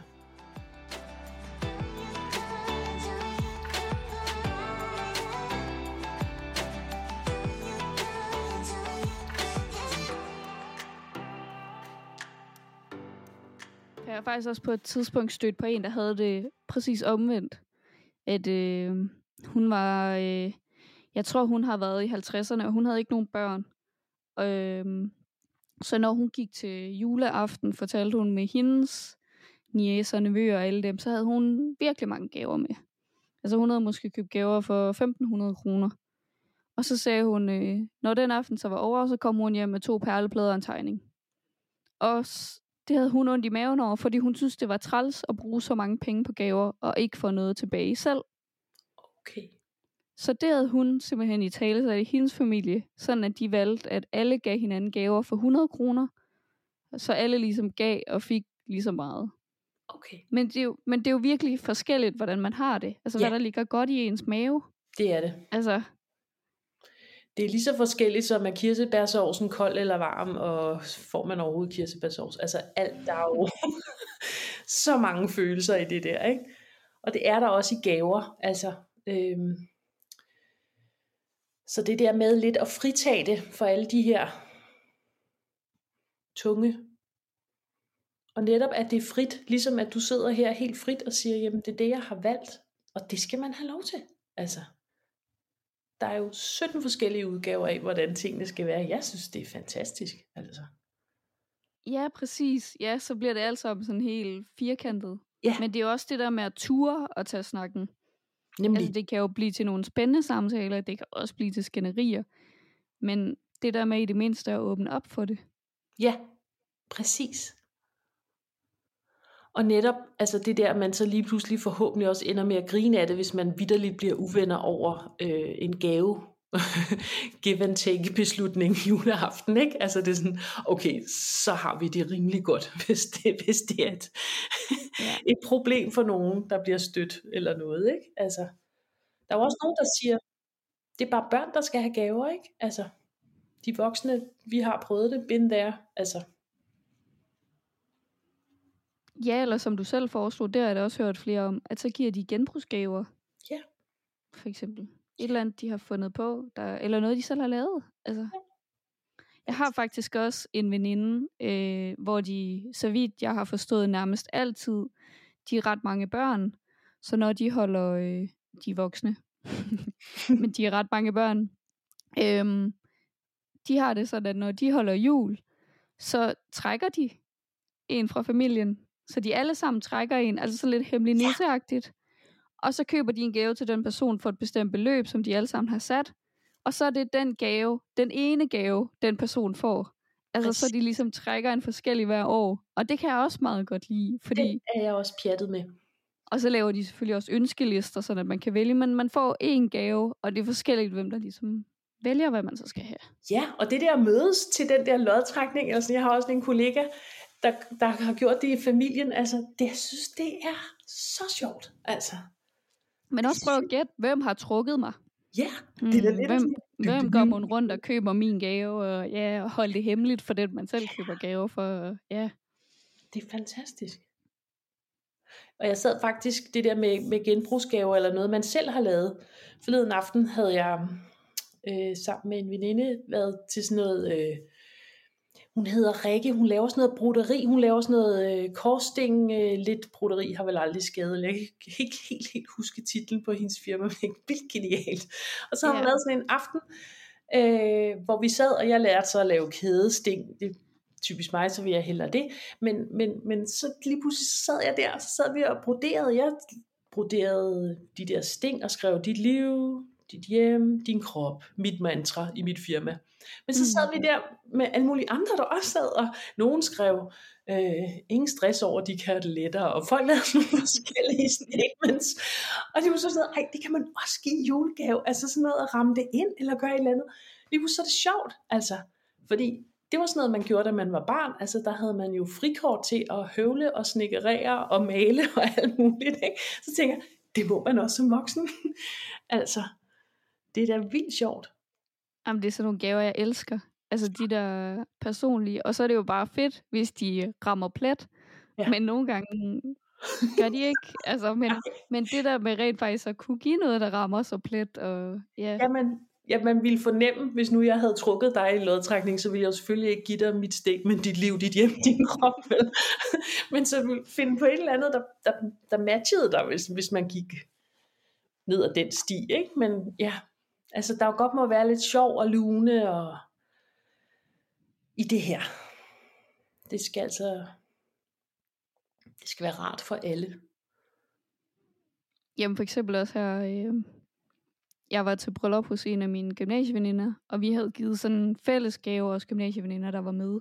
Jeg har faktisk også på et tidspunkt stødt på en, der havde det præcis omvendt. At øh, hun var, øh, jeg tror hun har været i halvtredserne, og hun havde ikke nogen børn. Øh, så når hun gik til juleaften, fortalte hun med hendes niece og nevøer og alle dem, så havde hun virkelig mange gaver med. Altså hun havde måske købt gaver for femten hundrede kroner. Og så sagde hun, øh, når den aften så var over, så kom hun hjem med to perleplader og en tegning. Og det havde hun ondt i maven over, fordi hun synes, det var træls at bruge så mange penge på gaver, og ikke få noget tilbage selv. Okay. Så det havde hun simpelthen i tale, så i hendes familie, sådan at de valgte, at alle gav hinanden gaver for hundrede kroner, så alle ligesom gav og fik lige så meget. Okay. Men det, er jo, men det er jo virkelig forskelligt, hvordan man har det. Altså, ja. Hvad der ligger godt i ens mave. Det er det. Altså. Det er lige så forskelligt som, at kirsebærsovsen kold eller varm, og får man overhovedet kirsebærsovs. Altså alt, der er jo så mange følelser i det der, ikke? Og det er der også i gaver. Altså, øhm, så det der med lidt at fritage det for alle de her tunge. Og netop at det er frit, ligesom at du sidder her helt frit og siger, jamen det er det, jeg har valgt. Og det skal man have lov til. Altså. Der er jo sytten forskellige udgaver af, hvordan tingene skal være. Jeg synes, det er fantastisk. Altså. Ja, præcis. Ja, så bliver det alt sammen sådan helt firkantet. Ja. Men det er jo også det der med at ture og tage snakken. Nemlig. Altså, det kan jo blive til nogle spændende samtaler, det kan også blive til skænderier. Men det der med i det mindste at åbne op for det. Ja, præcis. Og netop, altså det der, man så lige pludselig forhåbentlig også ender med at grine af det, hvis man vitterligt bliver uvenner over øh, en gave, give and take beslutning juleaften, ikke? Altså det er sådan, okay, så har vi det rimelig godt, hvis det, hvis det er et, ja. et problem for nogen, der bliver stødt eller noget, ikke? Altså, der er også nogen, der siger, det er bare børn, der skal have gaver, ikke? Altså, de voksne, vi har prøvet det, been there, altså. Ja, eller som du selv foreslog, det har jeg da også hørt flere om, at så giver de genbrugsgaver. Ja. For eksempel. Et eller andet, de har fundet på, der, eller noget, de selv har lavet. Altså. Ja. Jeg har faktisk også en veninde, øh, hvor de, så vidt jeg har forstået nærmest altid, de er ret mange børn, så når de holder, øh, de voksne, men de er ret mange børn. Øhm, de har det sådan, at når de holder jul, så trækker de en fra familien. Så de alle sammen trækker en, altså så lidt hemmelig nisseagtigt. Og så køber de en gave til den person for et bestemt beløb, som de alle sammen har sat. Og så er det den gave, den ene gave, den person får. Altså så de ligesom trækker en forskellig hver år. Og det kan jeg også meget godt lide. Fordi... Det er jeg også pjattet med. Og så laver de selvfølgelig også ønskelister, så at man kan vælge. Men man får én gave, og det er forskelligt, hvem der ligesom vælger, hvad man så skal have. Ja, og det der mødes til den der lodtrækning, altså jeg har også en kollega, der, der har gjort det i familien, altså det, jeg synes, det er så sjovt, altså. Men også prøv at gætte, hvem har trukket mig. Ja, det er da lidt. Hvem, hvem går man rundt og køber min gave, og ja, og holder det hemmeligt for den, man selv køber gave for, ja. Det er fantastisk. Og jeg sad faktisk, det der med, med genbrugsgaver, eller noget, man selv har lavet. Forleden aften havde jeg øh, sammen med en veninde været til sådan noget, øh, hun hedder Rikke, hun laver sådan noget broderi, hun laver sådan noget øh, korsting, øh, lidt broderi har vel aldrig skadet. Jeg kan ikke helt, helt, helt huske titlen på hendes firma, men det er vildt genialt. Og så har hun yeah. lavet sådan en aften, øh, hvor vi sad, og jeg lærte så at lave kædesting. Det er typisk mig, så vil jeg hellere det. Men, men, men så lige pludselig sad jeg der, og så sad vi og broderede. Jeg broderede de der sting og skrev dit liv, dit hjem, din krop, mit mantra i mit firma. Men så sad mm. vi der med alle mulige andre, der også sad, og nogen skrev, øh, ingen stress over, de kan det lettere, og folk lavede nogle forskellige statements, og de var så sådan, ej, det kan man også give i julegave, altså sådan noget at ramme det ind, eller gøre et eller andet. Det var så det sjovt, altså, fordi det var sådan noget, man gjorde, da man var barn, altså der havde man jo frikort til at høvle og snikkerere og male og alt muligt, ikke? Så tænker jeg, det må man også som voksen, altså, det er da vildt sjovt. Jamen, det er sådan nogle gaver, jeg elsker. Altså de der personlige. Og så er det jo bare fedt, hvis de rammer plet. Ja. Men nogle gange gør de ikke. Altså, men, men det der med rent faktisk at kunne give noget, der rammer så plet. Og, ja. Jamen, ja, man ville fornemme, hvis nu jeg havde trukket dig i lodtrækning, så ville jeg jo selvfølgelig ikke give dig mit stik, men dit liv, dit hjem, din krop. Vel? Men så ville finde på et eller andet, der, der, der matchede dig, hvis, hvis man gik ned ad den sti. Ikke? Men ja, altså der jo godt må være lidt sjov og lune og i det her. Det skal altså, det skal være rart for alle. Jamen for eksempel også her, øh, jeg var til bryllup hos en af mine gymnasieveninder, og vi havde givet sådan en fælles gave også gymnasieveninder, der var med.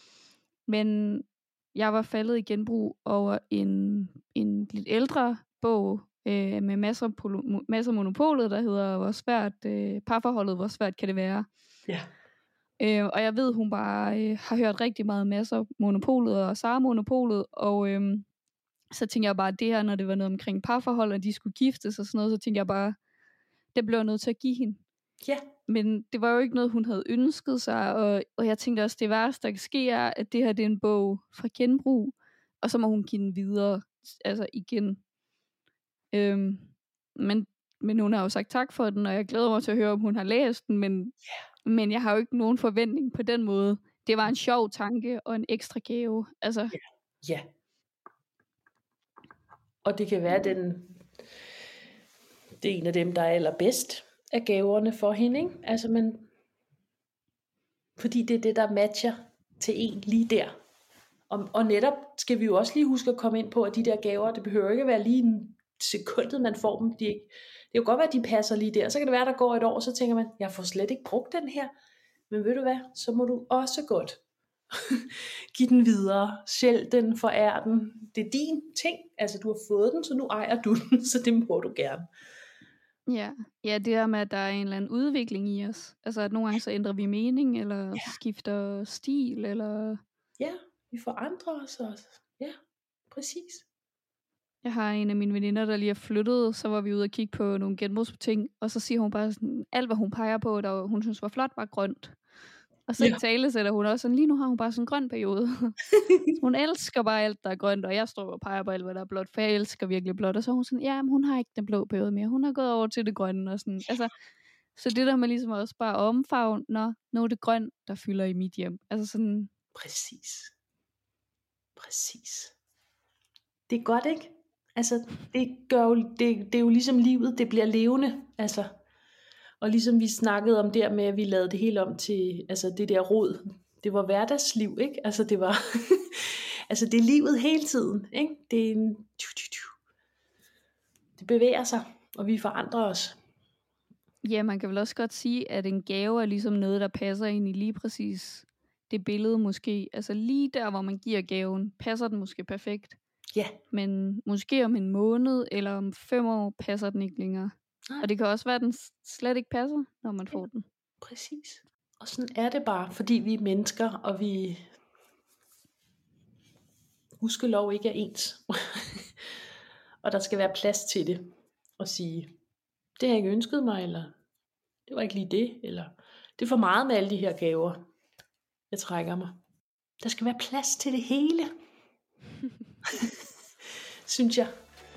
Men jeg var faldet i genbrug over en, en lidt ældre bog, Øh, med masser af, polo, masser af monopolet, der hedder hvor svært, øh, parforholdet, hvor svært kan det være. Ja. Øh, og jeg ved, hun bare øh, har hørt rigtig meget masser af monopolet og Sara monopolet, og øh, så tænkte jeg bare, at det her, når det var noget omkring parforhold, og de skulle giftes og sådan noget, så tænkte jeg bare, det blev jeg nødt til at give hende. Ja. Men det var jo ikke noget, hun havde ønsket sig, og, og jeg tænkte også, det værste, der kan ske, er, at det her det er en bog fra genbrug, og så må hun give den videre, altså igen. Øhm, men, men hun har jo sagt tak for den, og jeg glæder mig til at høre, om hun har læst den, men, yeah. men jeg har jo ikke nogen forventning på den måde. Det var en sjov tanke og en ekstra gave. Altså. Ja. ja. Og det kan være, den det er en af dem, der er allerbedst af gaverne for hende, ikke? Altså, men fordi det er det, der matcher til en lige der. Og, og netop skal vi jo også lige huske at komme ind på, at de der gaver, det behøver ikke at være lige sekundet, man får dem. De, det kan jo godt være, at de passer lige der. Så kan det være, der går et år, så tænker man, jeg får slet ikke brugt den her. Men ved du hvad, så må du også godt give den videre. Sælg den, forær den. Det er din ting. Altså, du har fået den, så nu ejer du den, så det må du gerne. Ja, ja, det der med, at der er en eller anden udvikling i os. Altså, at nogle gange så ændrer vi mening, eller ja. skifter stil, eller... Ja, vi forandrer os også. Ja, præcis. Jeg har en af mine veninder, der lige er flyttet, så var vi ude og kigge på nogle genbrugsting, og så siger hun bare sådan, alt hvad hun peger på, der hun synes var flot, var grønt. Og så ja. i tale sætter hun også sådan, lige nu har hun bare sådan en grøn periode. Hun elsker bare alt, der er grønt, og jeg står og peger på alt, hvad der er blåt, for jeg elsker virkelig blåt. Og så er hun sådan, ja, men hun har ikke den blå periode mere, hun har gået over til det grønne. Og sådan. Altså, så det der med ligesom også bare omfavn, når nu er det grønt, der fylder i mit hjem. Altså sådan... Præcis. Præcis. Det er godt, ikke? Altså, det, gør jo, det, det er jo ligesom livet, det bliver levende. Altså, og ligesom vi snakkede om der med, at vi lavede det hele om til, altså det der rod, det var hverdagsliv, ikke? Altså det var, altså det er livet hele tiden, ikke? Det er en, det bevæger sig, og vi forandrer os. Ja, man kan vel også godt sige, at en gave er ligesom noget, der passer ind i lige præcis det billede måske. Altså lige der, hvor man giver gaven, passer den måske perfekt. Ja. Men måske om en måned eller om fem år passer den ikke længere. Nej. Og det kan også være, at den slet ikke passer, når man får den. Præcis. Og sådan er det bare, fordi vi er mennesker, og vi gudskelov ikke er ens. Og der skal være plads til det. Og sige, det har jeg ikke ønsket mig, eller det var ikke lige det, eller det er for meget med alle de her gaver, jeg trækker mig. Der skal være plads til det hele. Synes jeg.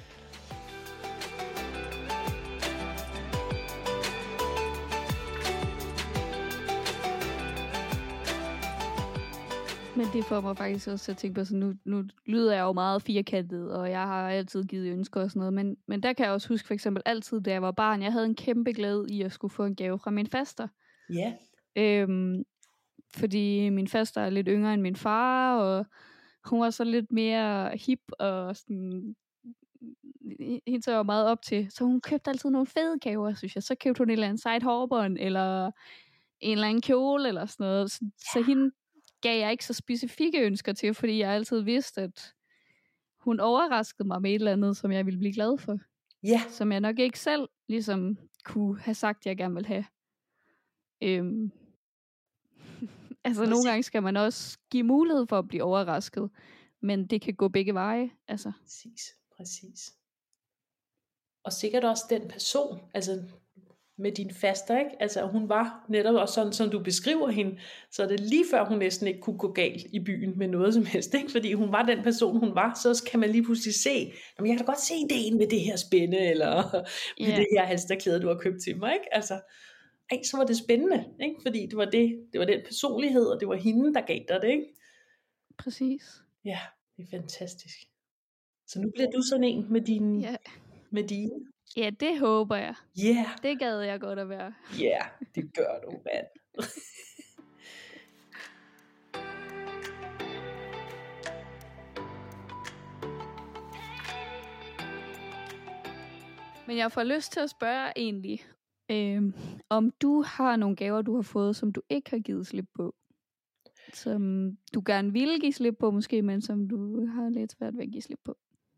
Men det får mig faktisk også til at tænke på, så nu, nu lyder jeg jo meget firkantet, og jeg har altid givet ønsker og sådan noget, men, men der kan jeg også huske for eksempel altid, da jeg var barn, jeg havde en kæmpe glæde i at skulle få en gave fra min faster. Ja. Øhm, fordi min faster er lidt yngre end min far, og hun var så lidt mere hip, og sådan, hende så jeg meget op til, så hun købte altid nogle fede gaver, synes jeg. Så købte hun en eller anden sejt hårbånd, eller en eller anden kjole, eller sådan noget. Så, så hende gav jeg ikke så specifikke ønsker til, fordi jeg altid vidste, at hun overraskede mig med et eller andet, som jeg ville blive glad for. Ja. Som jeg nok ikke selv ligesom kunne have sagt, jeg gerne vil have. Øhm. altså Præcis. Nogle gange skal man også give mulighed for at blive overrasket, men det kan gå begge veje. Altså. Præcis, præcis. Og sikkert også den person, altså med din faster, ikke? Altså hun var netop også sådan, som du beskriver hende, så er det lige før hun næsten ikke kunne gå galt i byen med noget som helst, ikke? Fordi hun var den person, hun var, så kan man lige pludselig se, jamen jeg kan da godt se ideen med det her spænde, eller med yeah. det her halsterklæde, du har købt til mig, ikke? Altså, ej, så var det spændende, ikke? Fordi det var, det, det var den personlighed, og det var hende, der gav dig det, ikke? Præcis. Ja, det er fantastisk. Så nu bliver du sådan en med dine, yeah. med dine. Ja, det håber jeg. Ja. Yeah. Det gad jeg godt at være. Ja, yeah, det gør du, mand. Men jeg får lyst til at spørge egentlig, øh, om du har nogle gaver, du har fået, som du ikke har givet slip på. Som du gerne ville give slip på måske, men som du har lidt svært ved at give slip på.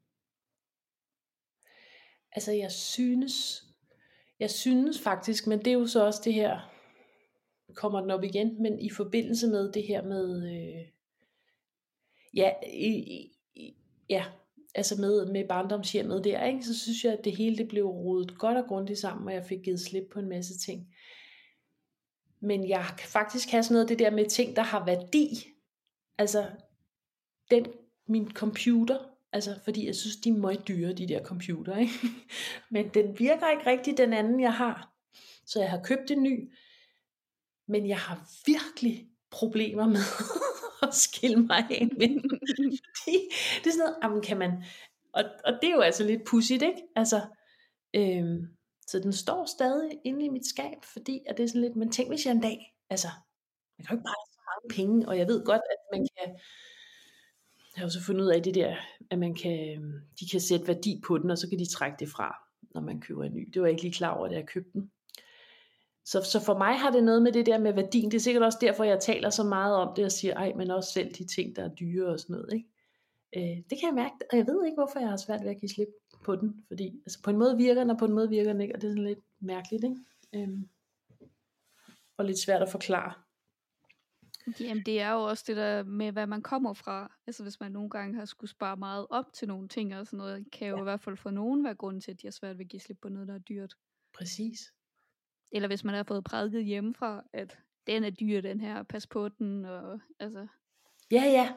Altså jeg synes, jeg synes faktisk, men det er jo så også det her, kommer den op igen, men i forbindelse med det her med, øh, ja, i, i, ja, altså med, med barndomshjemmet der, ikke? Så synes jeg, at det hele det blev rodet godt og grundigt sammen, og jeg fik givet slip på en masse ting. Men jeg kan faktisk have sådan noget det der med ting, der har værdi. Altså, den, min computer, altså fordi jeg synes, de er meget dyre, de der computer, ikke? Men den virker ikke rigtig, den anden jeg har. Så jeg har købt en ny, men jeg har virkelig problemer med at skille mig af med den. Fordi det er sådan noget, jamen kan man, og, og det er jo altså lidt pudsigt, ikke? Altså, øhm, så den står stadig inde i mit skab, fordi at det er sådan lidt, men tænk hvis jeg en dag, altså, man kan jo ikke bare have så mange penge, og jeg ved godt, at man kan, jeg har jo så fundet ud af det der, at man kan, de kan sætte værdi på den, og så kan de trække det fra, når man køber en ny. Det var jeg ikke lige klar over, da jeg købte den. Så, så for mig har det noget med det der med værdien. Det er sikkert også derfor, jeg taler så meget om det, og siger, ej, men også selv de ting, der er dyre og sådan noget, ikke? Øh, det kan jeg mærke, og jeg ved ikke, hvorfor jeg har svært ved at give slip på den, fordi altså, på en måde virker den, og på en måde virker den ikke, og det er sådan lidt mærkeligt, ikke? Øhm, og lidt svært at forklare. Jamen det er jo også det der med, hvad man kommer fra. Altså hvis man nogle gange har skulle spare meget op til nogle ting og sådan noget, kan jo ja. i hvert fald for nogen være grunden til, at de har svært ved at give slip på noget, der er dyrt. Præcis. Eller hvis man har fået prædiket hjemmefra, at den er dyr, den her, pas på den, og altså. Ja, ja.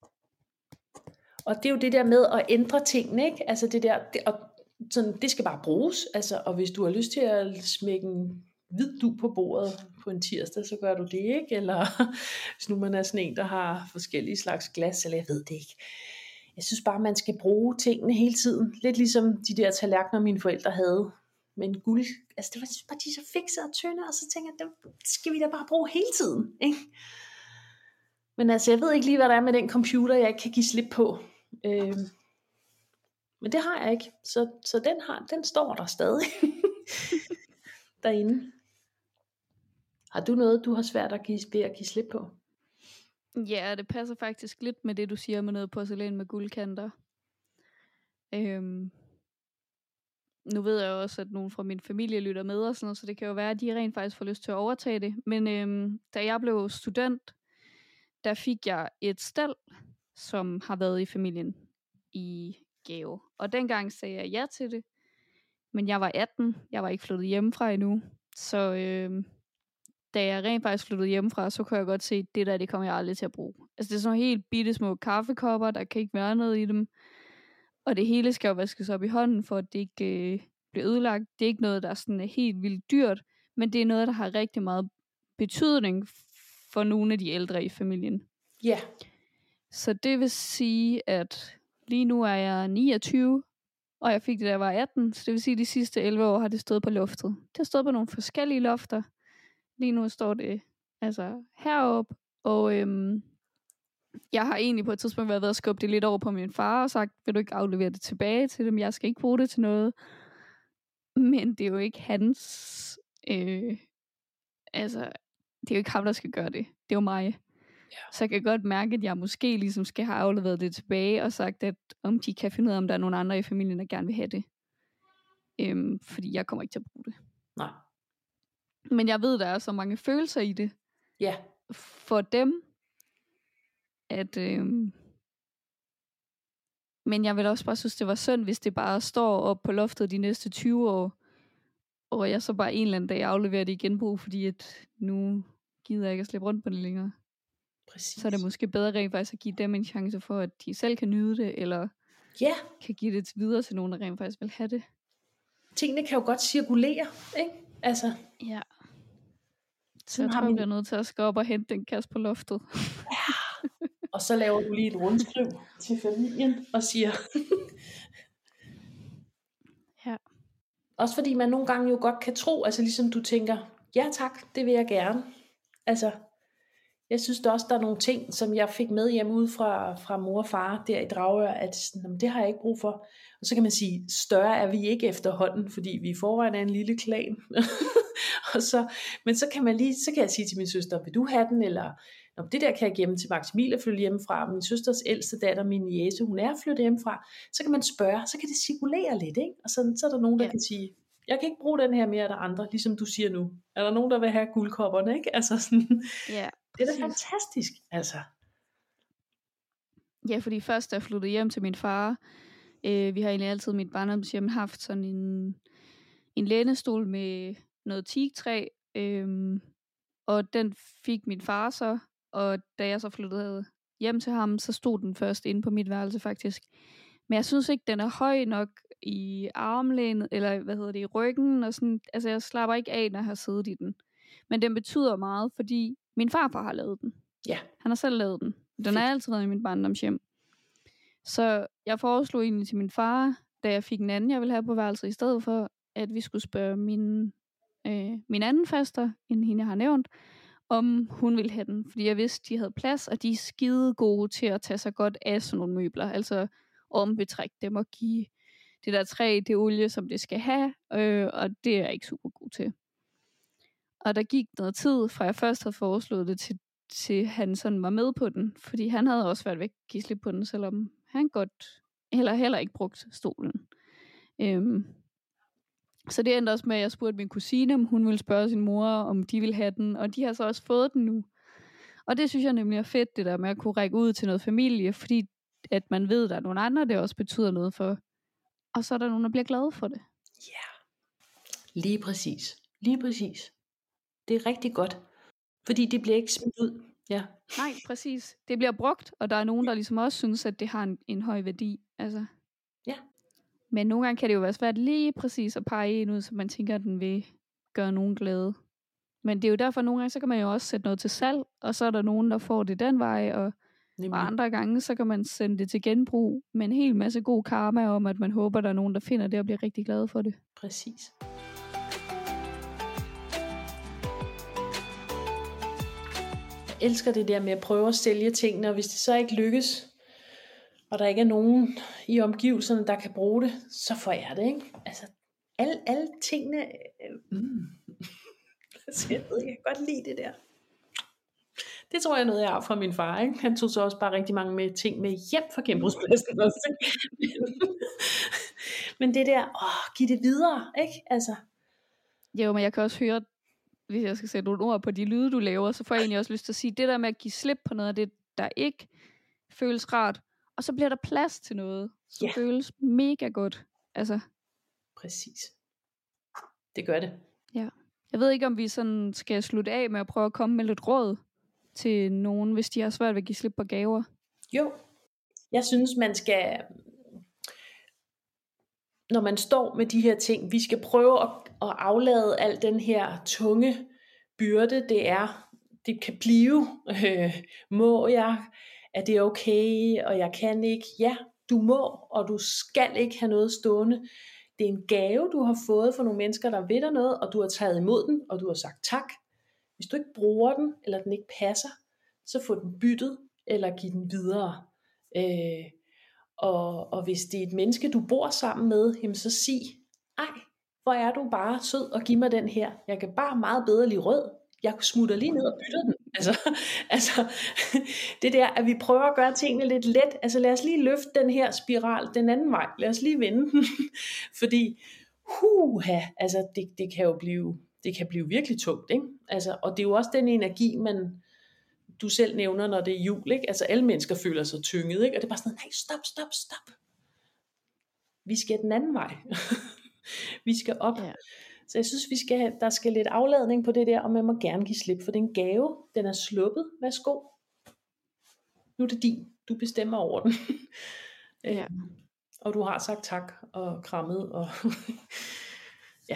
Og det er jo det der med at ændre tingene, ikke? Altså det der, det, og sådan, det skal bare bruges, altså, og hvis du har lyst til at smække en hvid dug på bordet på en tirsdag, så gør du det, ikke? Eller hvis nu man er sådan en, der har forskellige slags glas, eller jeg ved det ikke. jeg synes bare, man skal bruge tingene hele tiden. Lidt ligesom de der tallerkener, mine forældre havde. Men guld, altså det var bare de så fikse og tynde, og så tænker jeg, det skal vi da bare bruge hele tiden, ikke? Men altså, jeg ved ikke lige, hvad der er med den computer, jeg ikke kan give slip på. Øh, men det har jeg ikke, så, så den, har, den står der stadig derinde. Har du noget, du har svært at give, at give slip på? Ja, det passer faktisk lidt med det, du siger med noget porcelæn med guldkanter. Øhm, nu ved jeg jo også, at nogen fra min familie lytter med og sådan noget, så det kan jo være, at de rent faktisk får lyst til at overtage det. Men øhm, da jeg blev student, der fik jeg et stel, som har været i familien i gave. Og dengang sagde jeg ja til det, men jeg var atten, jeg var ikke flyttet hjemmefra endnu, så øhm, da jeg rent faktisk flyttede hjemmefra, så kunne jeg godt se, at det der, det kommer jeg aldrig til at bruge. Altså det er sådan nogle helt bitte små kaffekopper, der kan ikke være noget i dem. Og det hele skal jo vaskes op i hånden, for at det ikke øh, bliver ødelagt. Det er ikke noget, der er sådan helt vildt dyrt, men det er noget, der har rigtig meget betydning for nogle af de ældre i familien. Ja. Yeah. Så det vil sige, at lige nu er jeg niogtyve, og jeg fik det, da jeg var atten. Så det vil sige, at de sidste elleve år har det stået på loftet. Det har stået på nogle forskellige lofter. Lige nu står det altså heroppe, og øhm, jeg har egentlig på et tidspunkt været ved at skubbe det lidt over på min far og sagt, vil du ikke aflevere det tilbage til dem? Jeg skal ikke bruge det til noget. Men det er jo ikke hans, øh, altså, det er jo ikke ham, der skal gøre det. Det er jo mig. Ja. Så jeg kan godt mærke, at jeg måske ligesom skal have afleveret det tilbage og sagt, at om de kan finde ud af, om der er nogen andre i familien, der gerne vil have det. Øhm, fordi jeg kommer ikke til at bruge det. Nej. Men jeg ved, der er så mange følelser i det. Ja. For dem, at øhm, men jeg vil også bare synes, det var synd, hvis det bare står op på loftet de næste tyve år, og jeg så bare en eller anden dag afleverer det i genbrug, fordi at nu gider jeg ikke at slippe rundt på det længere. Præcis. Så er det måske bedre rent faktisk at give dem en chance for, at de selv kan nyde det, eller ja. kan give det videre til nogen, der rent faktisk vil have det. Tingene kan jo godt cirkulere, ikke? Altså. Ja. Så jeg tror, jeg bliver nødt til at skal op og hente den kasse på loftet. Ja. Og så laver du lige et rundskriv til familien og siger. Ja. Også fordi man nogle gange jo godt kan tro, altså ligesom du tænker, ja tak, det vil jeg gerne. Altså, jeg synes da også, der er nogle ting, som jeg fik med hjem ud fra, fra mor og far der i Dragør, at sådan, det har jeg ikke brug for. Og så kan man sige, større er vi ikke efterhånden, fordi vi i forvejen er en lille klan. og så, men så kan man lige, så kan jeg sige til min søster, vil du have den, eller Nå, det der kan jeg gemme til Maximil at flytte hjemmefra. Min søsters ældste datter, min niece, hun er flyttet hjemmefra. Så kan man spørge, så kan det cirkulere lidt, ikke? Og så, så er der nogen, der ja. kan sige, jeg kan ikke bruge den her mere, der andre, ligesom du siger nu. Er der nogen, der vil have guldkopperne, ikke? Altså sådan, ja, det er da fantastisk, altså. Ja, fordi først da jeg flyttede hjem til min far, øh, vi har egentlig altid i mit barndomshjem haft sådan en, en lænestol med noget teaktræ, øh, og den fik min far så, og da jeg så flyttede hjem til ham, så stod den først inde på mit værelse faktisk. Men jeg synes ikke, den er høj nok i armlænet, eller hvad hedder det, i ryggen, og sådan, altså jeg slapper ikke af, når jeg har siddet i den. Men den betyder meget, fordi min farfar har lavet den. Ja. Han har selv lavet den. Den har altid været i mit barndomshjem. Så jeg foreslog egentlig til min far, da jeg fik en anden, jeg ville have på værelset, i stedet for, at vi skulle spørge min, øh, min anden faster, end hende jeg har nævnt, om hun ville have den. Fordi jeg vidste, de havde plads, og de er skide gode til at tage sig godt af sådan nogle møbler. Altså ombetrække dem og give det der træ, det olie, som det skal have, øh, og det er jeg ikke super god til. Og der gik noget tid, fra jeg først havde foreslået det, til, til han sådan var med på den, fordi han havde også været væk at give slip på den, selvom han godt, heller, heller ikke brugt stolen. Øhm, så det endte også med, at jeg spurgte min kusine, om hun ville spørge sin mor, om de ville have den, og de har så også fået den nu. Og det synes jeg nemlig er fedt, det der med at kunne række ud til noget familie, fordi at man ved, at der er nogle andre, det også betyder noget for. Og så er der nogen, der bliver glade for det. Ja, yeah. Lige præcis. Lige præcis. Det er rigtig godt. Fordi det bliver ikke smidt ud. Ja. Nej, præcis. Det bliver brugt, og der er nogen, der ligesom også synes, at det har en, en høj værdi. Altså. Ja. Men nogle gange kan det jo være svært lige præcis at pege en ud, så man tænker, at den vil gøre nogen glade. Men det er jo derfor, at nogle gange, så kan man jo også sætte noget til salg, og så er der nogen, der får det den vej, og Nemlig. Og andre gange, så kan man sende det til genbrug med en hel masse god karma om, at man håber, der er nogen, der finder det og bliver rigtig glade for det. Præcis. Jeg elsker det der med at prøve at sælge tingene, og hvis det så ikke lykkes, og der ikke er nogen i omgivelserne, der kan bruge det, så får jeg det, ikke? Altså, alle, alle tingene... Øh, mm. Så jeg ved, jeg kan godt lide det der. Det tror jeg er noget, jeg har fra min far, ikke? Han tog så også bare rigtig mange med ting med hjem fra genbrugspladsen også, ikke? Men det der, åh, giv det videre, ikke? Altså. Jo, men jeg kan også høre, hvis jeg skal sætte nogle ord på de lyde, du laver, så får jeg egentlig også lyst til at sige, det der med at give slip på noget af det, der ikke føles rart, og så bliver der plads til noget, som Ja. føles mega godt. Altså. Præcis. Det gør det. Ja. Jeg ved ikke, om vi sådan skal slutte af med at prøve at komme med lidt råd til nogen, hvis de har svært ved at give slip på gaver. Jo. Jeg synes, man skal, når man står med de her ting, vi skal prøve at, at aflade al den her tunge byrde, det er, det kan blive, øh, må jeg, er det okay, og jeg kan ikke, ja, du må, og du skal ikke have noget stående. Det er en gave, du har fået fra nogle mennesker, der ved dig noget, og du har taget imod den, og du har sagt tak. Hvis du ikke bruger den, eller den ikke passer, så få den byttet, eller giv den videre. Øh, og, og hvis det er et menneske, du bor sammen med, jamen så sig, ej, hvor er du bare sød, og giv mig den her. Jeg kan bare meget bedre lide rød. Jeg smutter lige ned og bytter den. Altså, altså det der, at vi prøver at gøre tingene lidt let. Altså lad os lige løfte den her spiral den anden vej. Lad os lige vende den. Fordi, huha, altså det, det kan jo blive, det kan blive virkelig tungt, ikke? Altså, og det er jo også den energi, man, du selv nævner, når det er jul, ikke? Altså alle mennesker føler sig tynget, ikke? Og det er bare sådan, nej, stop, stop, stop. Vi skal den anden vej. Vi skal op. Ja. Så jeg synes, vi skal have, der skal lidt afladning på det der, og man må gerne give slip, for det er en gave. Den er sluppet. Værsgo. Nu er det din. Du bestemmer over den. Ja. Og du har sagt tak og krammet. Og ja.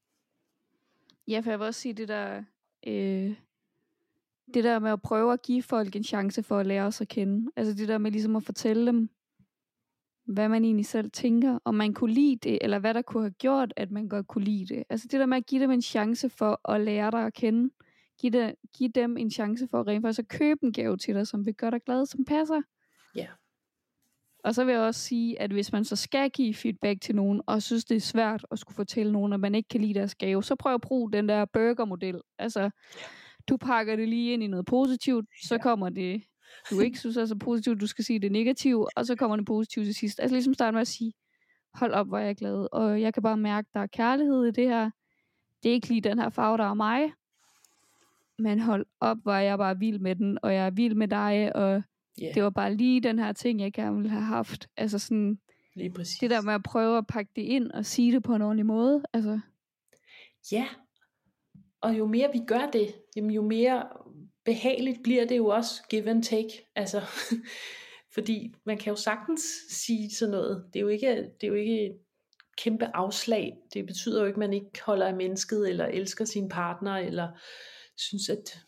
Ja, for jeg vil også sige det der, øh, det der med at prøve at give folk en chance for at lære os at kende. Altså det der med ligesom at fortælle dem, hvad man egentlig selv tænker, om man kunne lide det, eller hvad der kunne have gjort, at man godt kunne lide det. Altså det der med at give dem en chance for at lære dig at kende. Giv, det, giv dem en chance for at rent faktisk at købe en gave til dig, som vil gøre dig glad, som passer. Ja. Yeah. Og så vil jeg også sige, at hvis man så skal give feedback til nogen, og synes det er svært at skulle fortælle nogen, at man ikke kan lide deres gave, så prøv at bruge den der burgermodel. Altså, yeah. Du pakker det lige ind i noget positivt, så yeah. kommer det, du ikke synes er så positivt, du skal sige det negativt, og så kommer det positivt til sidst. Altså ligesom starte med at sige, hold op, hvor er jeg glad, og jeg kan bare mærke, der er kærlighed i det her. Det er ikke lige den her farve, der er mig, men hold op, hvor er jeg bare vild med den, og jeg er vild med dig, og yeah. det var bare lige den her ting, jeg gerne ville have haft. Altså sådan, lige præcis. Det der med at prøve at pakke det ind, og sige det på en ordentlig måde. Altså. Ja, og jo mere vi gør det, jamen jo mere behageligt bliver det jo også give and take. Altså, fordi man kan jo sagtens sige sådan noget. Det er jo ikke, det er jo ikke et kæmpe afslag. Det betyder jo ikke, at man ikke holder af mennesket, eller elsker sin partner, eller synes, at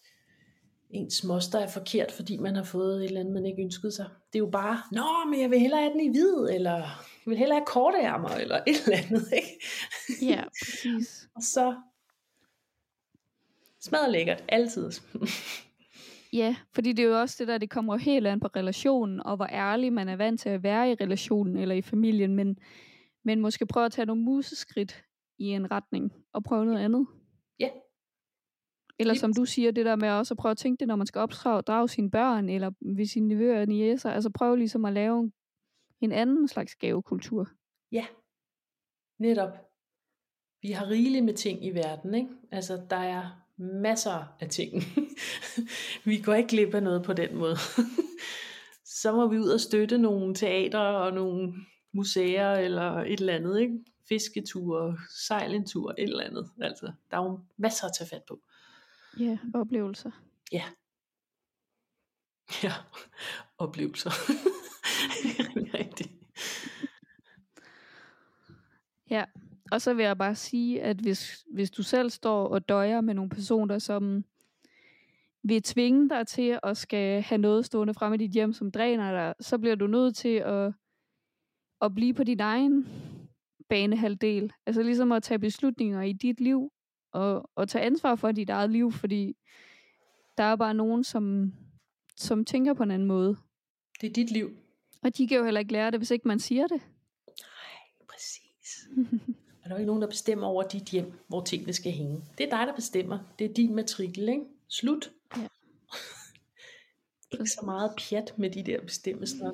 ens moster er forkert, fordi man har fået et eller andet, man ikke ønskede sig. Det er jo bare, nå, men jeg vil hellere have den i hvid, eller jeg vil hellere have korte ærmer, eller et eller andet, ikke? Ja, præcis. Og så smadret lækkert, altid. Ja, fordi det er jo også det der, det kommer helt an på relationen, og hvor ærlig man er vant til at være i relationen, eller i familien, men, men måske prøve at tage nogle museskridt i en retning, og prøve noget andet. Ja. Eller som du siger, det der med også at prøve at tænke det, når man skal opdrage sine børn, eller ved sine nevøer og niecer, altså prøve ligesom at lave en anden slags gavekultur. Ja, netop. Vi har rigeligt med ting i verden, ikke? Altså, der er masser af ting. Vi går ikke glip af noget på den måde. Så må vi ud og støtte nogle teater og nogle museer, eller et eller andet, ikke? Fisketure, sejlentur, et eller andet. Altså, der er jo masser at tage fat på. Ja, oplevelser. Ja. Ja, oplevelser. Rigtigt. Ja, og så vil jeg bare sige, at hvis, hvis du selv står og døjer med nogle personer, som vil tvinge dig til at skal have noget stående frem i dit hjem, som dræner dig, så bliver du nødt til at, at blive på din egen banehalvdel. Altså ligesom at tage beslutninger i dit liv, og, og tage ansvar for dit eget liv, fordi der er bare nogen, som, som tænker på en anden måde. Det er dit liv. Og de kan jo heller ikke lære det, hvis ikke man siger det. Nej, præcis. Er der ikke nogen, der bestemmer over dit hjem, hvor tingene skal hænge? Det er dig, der bestemmer. Det er din matrikel, ikke? Slut. Ja. Ikke så meget pjat med de der bestemmelser.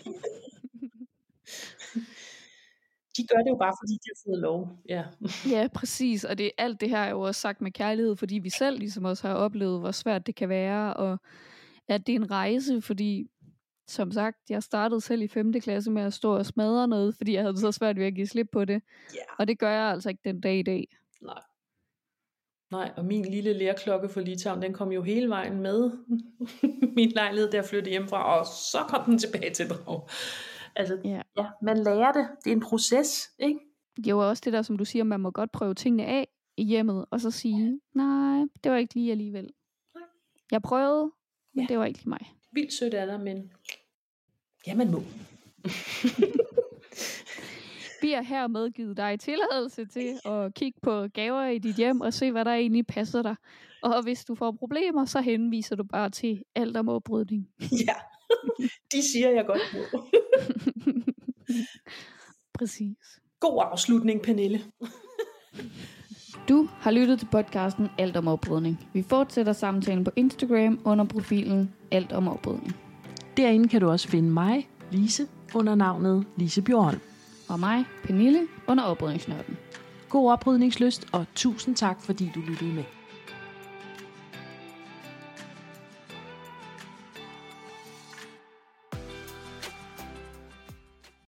De gør det jo bare, fordi de har fået lov. Ja, ja, præcis. Og det, alt det her er jo også sagt med kærlighed, fordi vi selv ligesom også har oplevet, hvor svært det kan være, og at det er en rejse, fordi som sagt, jeg startede selv i femte klasse med at stå og smadre noget, fordi jeg havde så svært ved at give slip på det. Yeah. Og det gør jeg altså ikke den dag i dag. Nej. Nej, og min lille lærklokke for Litauen, den kom jo hele vejen med min lejlighed, der jeg flyttede hjemmefra, og så kom den tilbage til Drag. Altså, ja. ja, man lærer det. Det er en proces, ikke? Det er jo også det der, som du siger, man må godt prøve tingene af i hjemmet, og så sige, nej, det var ikke lige alligevel. Nej. Jeg prøvede, men ja. Det var ikke lige mig. Vildt sødt er der, men ja, man må. Vi har hermed givet dig tilladelse til at kigge på gaver i dit hjem, og se, hvad der egentlig passer dig. Og hvis du får problemer, så henviser du bare til alt om oprydning. Ja, de siger jeg godt må. Præcis. God afslutning, Pernille. Du har lyttet til podcasten Alt om oprydning. Vi fortsætter samtalen på Instagram under profilen Alt om oprydning. Derinde kan du også finde mig, Lise, under navnet Lise Bjørholm. Og mig, Pernille, under oprydningsnørden. God oprydningslyst, og tusind tak, fordi du lyttede med.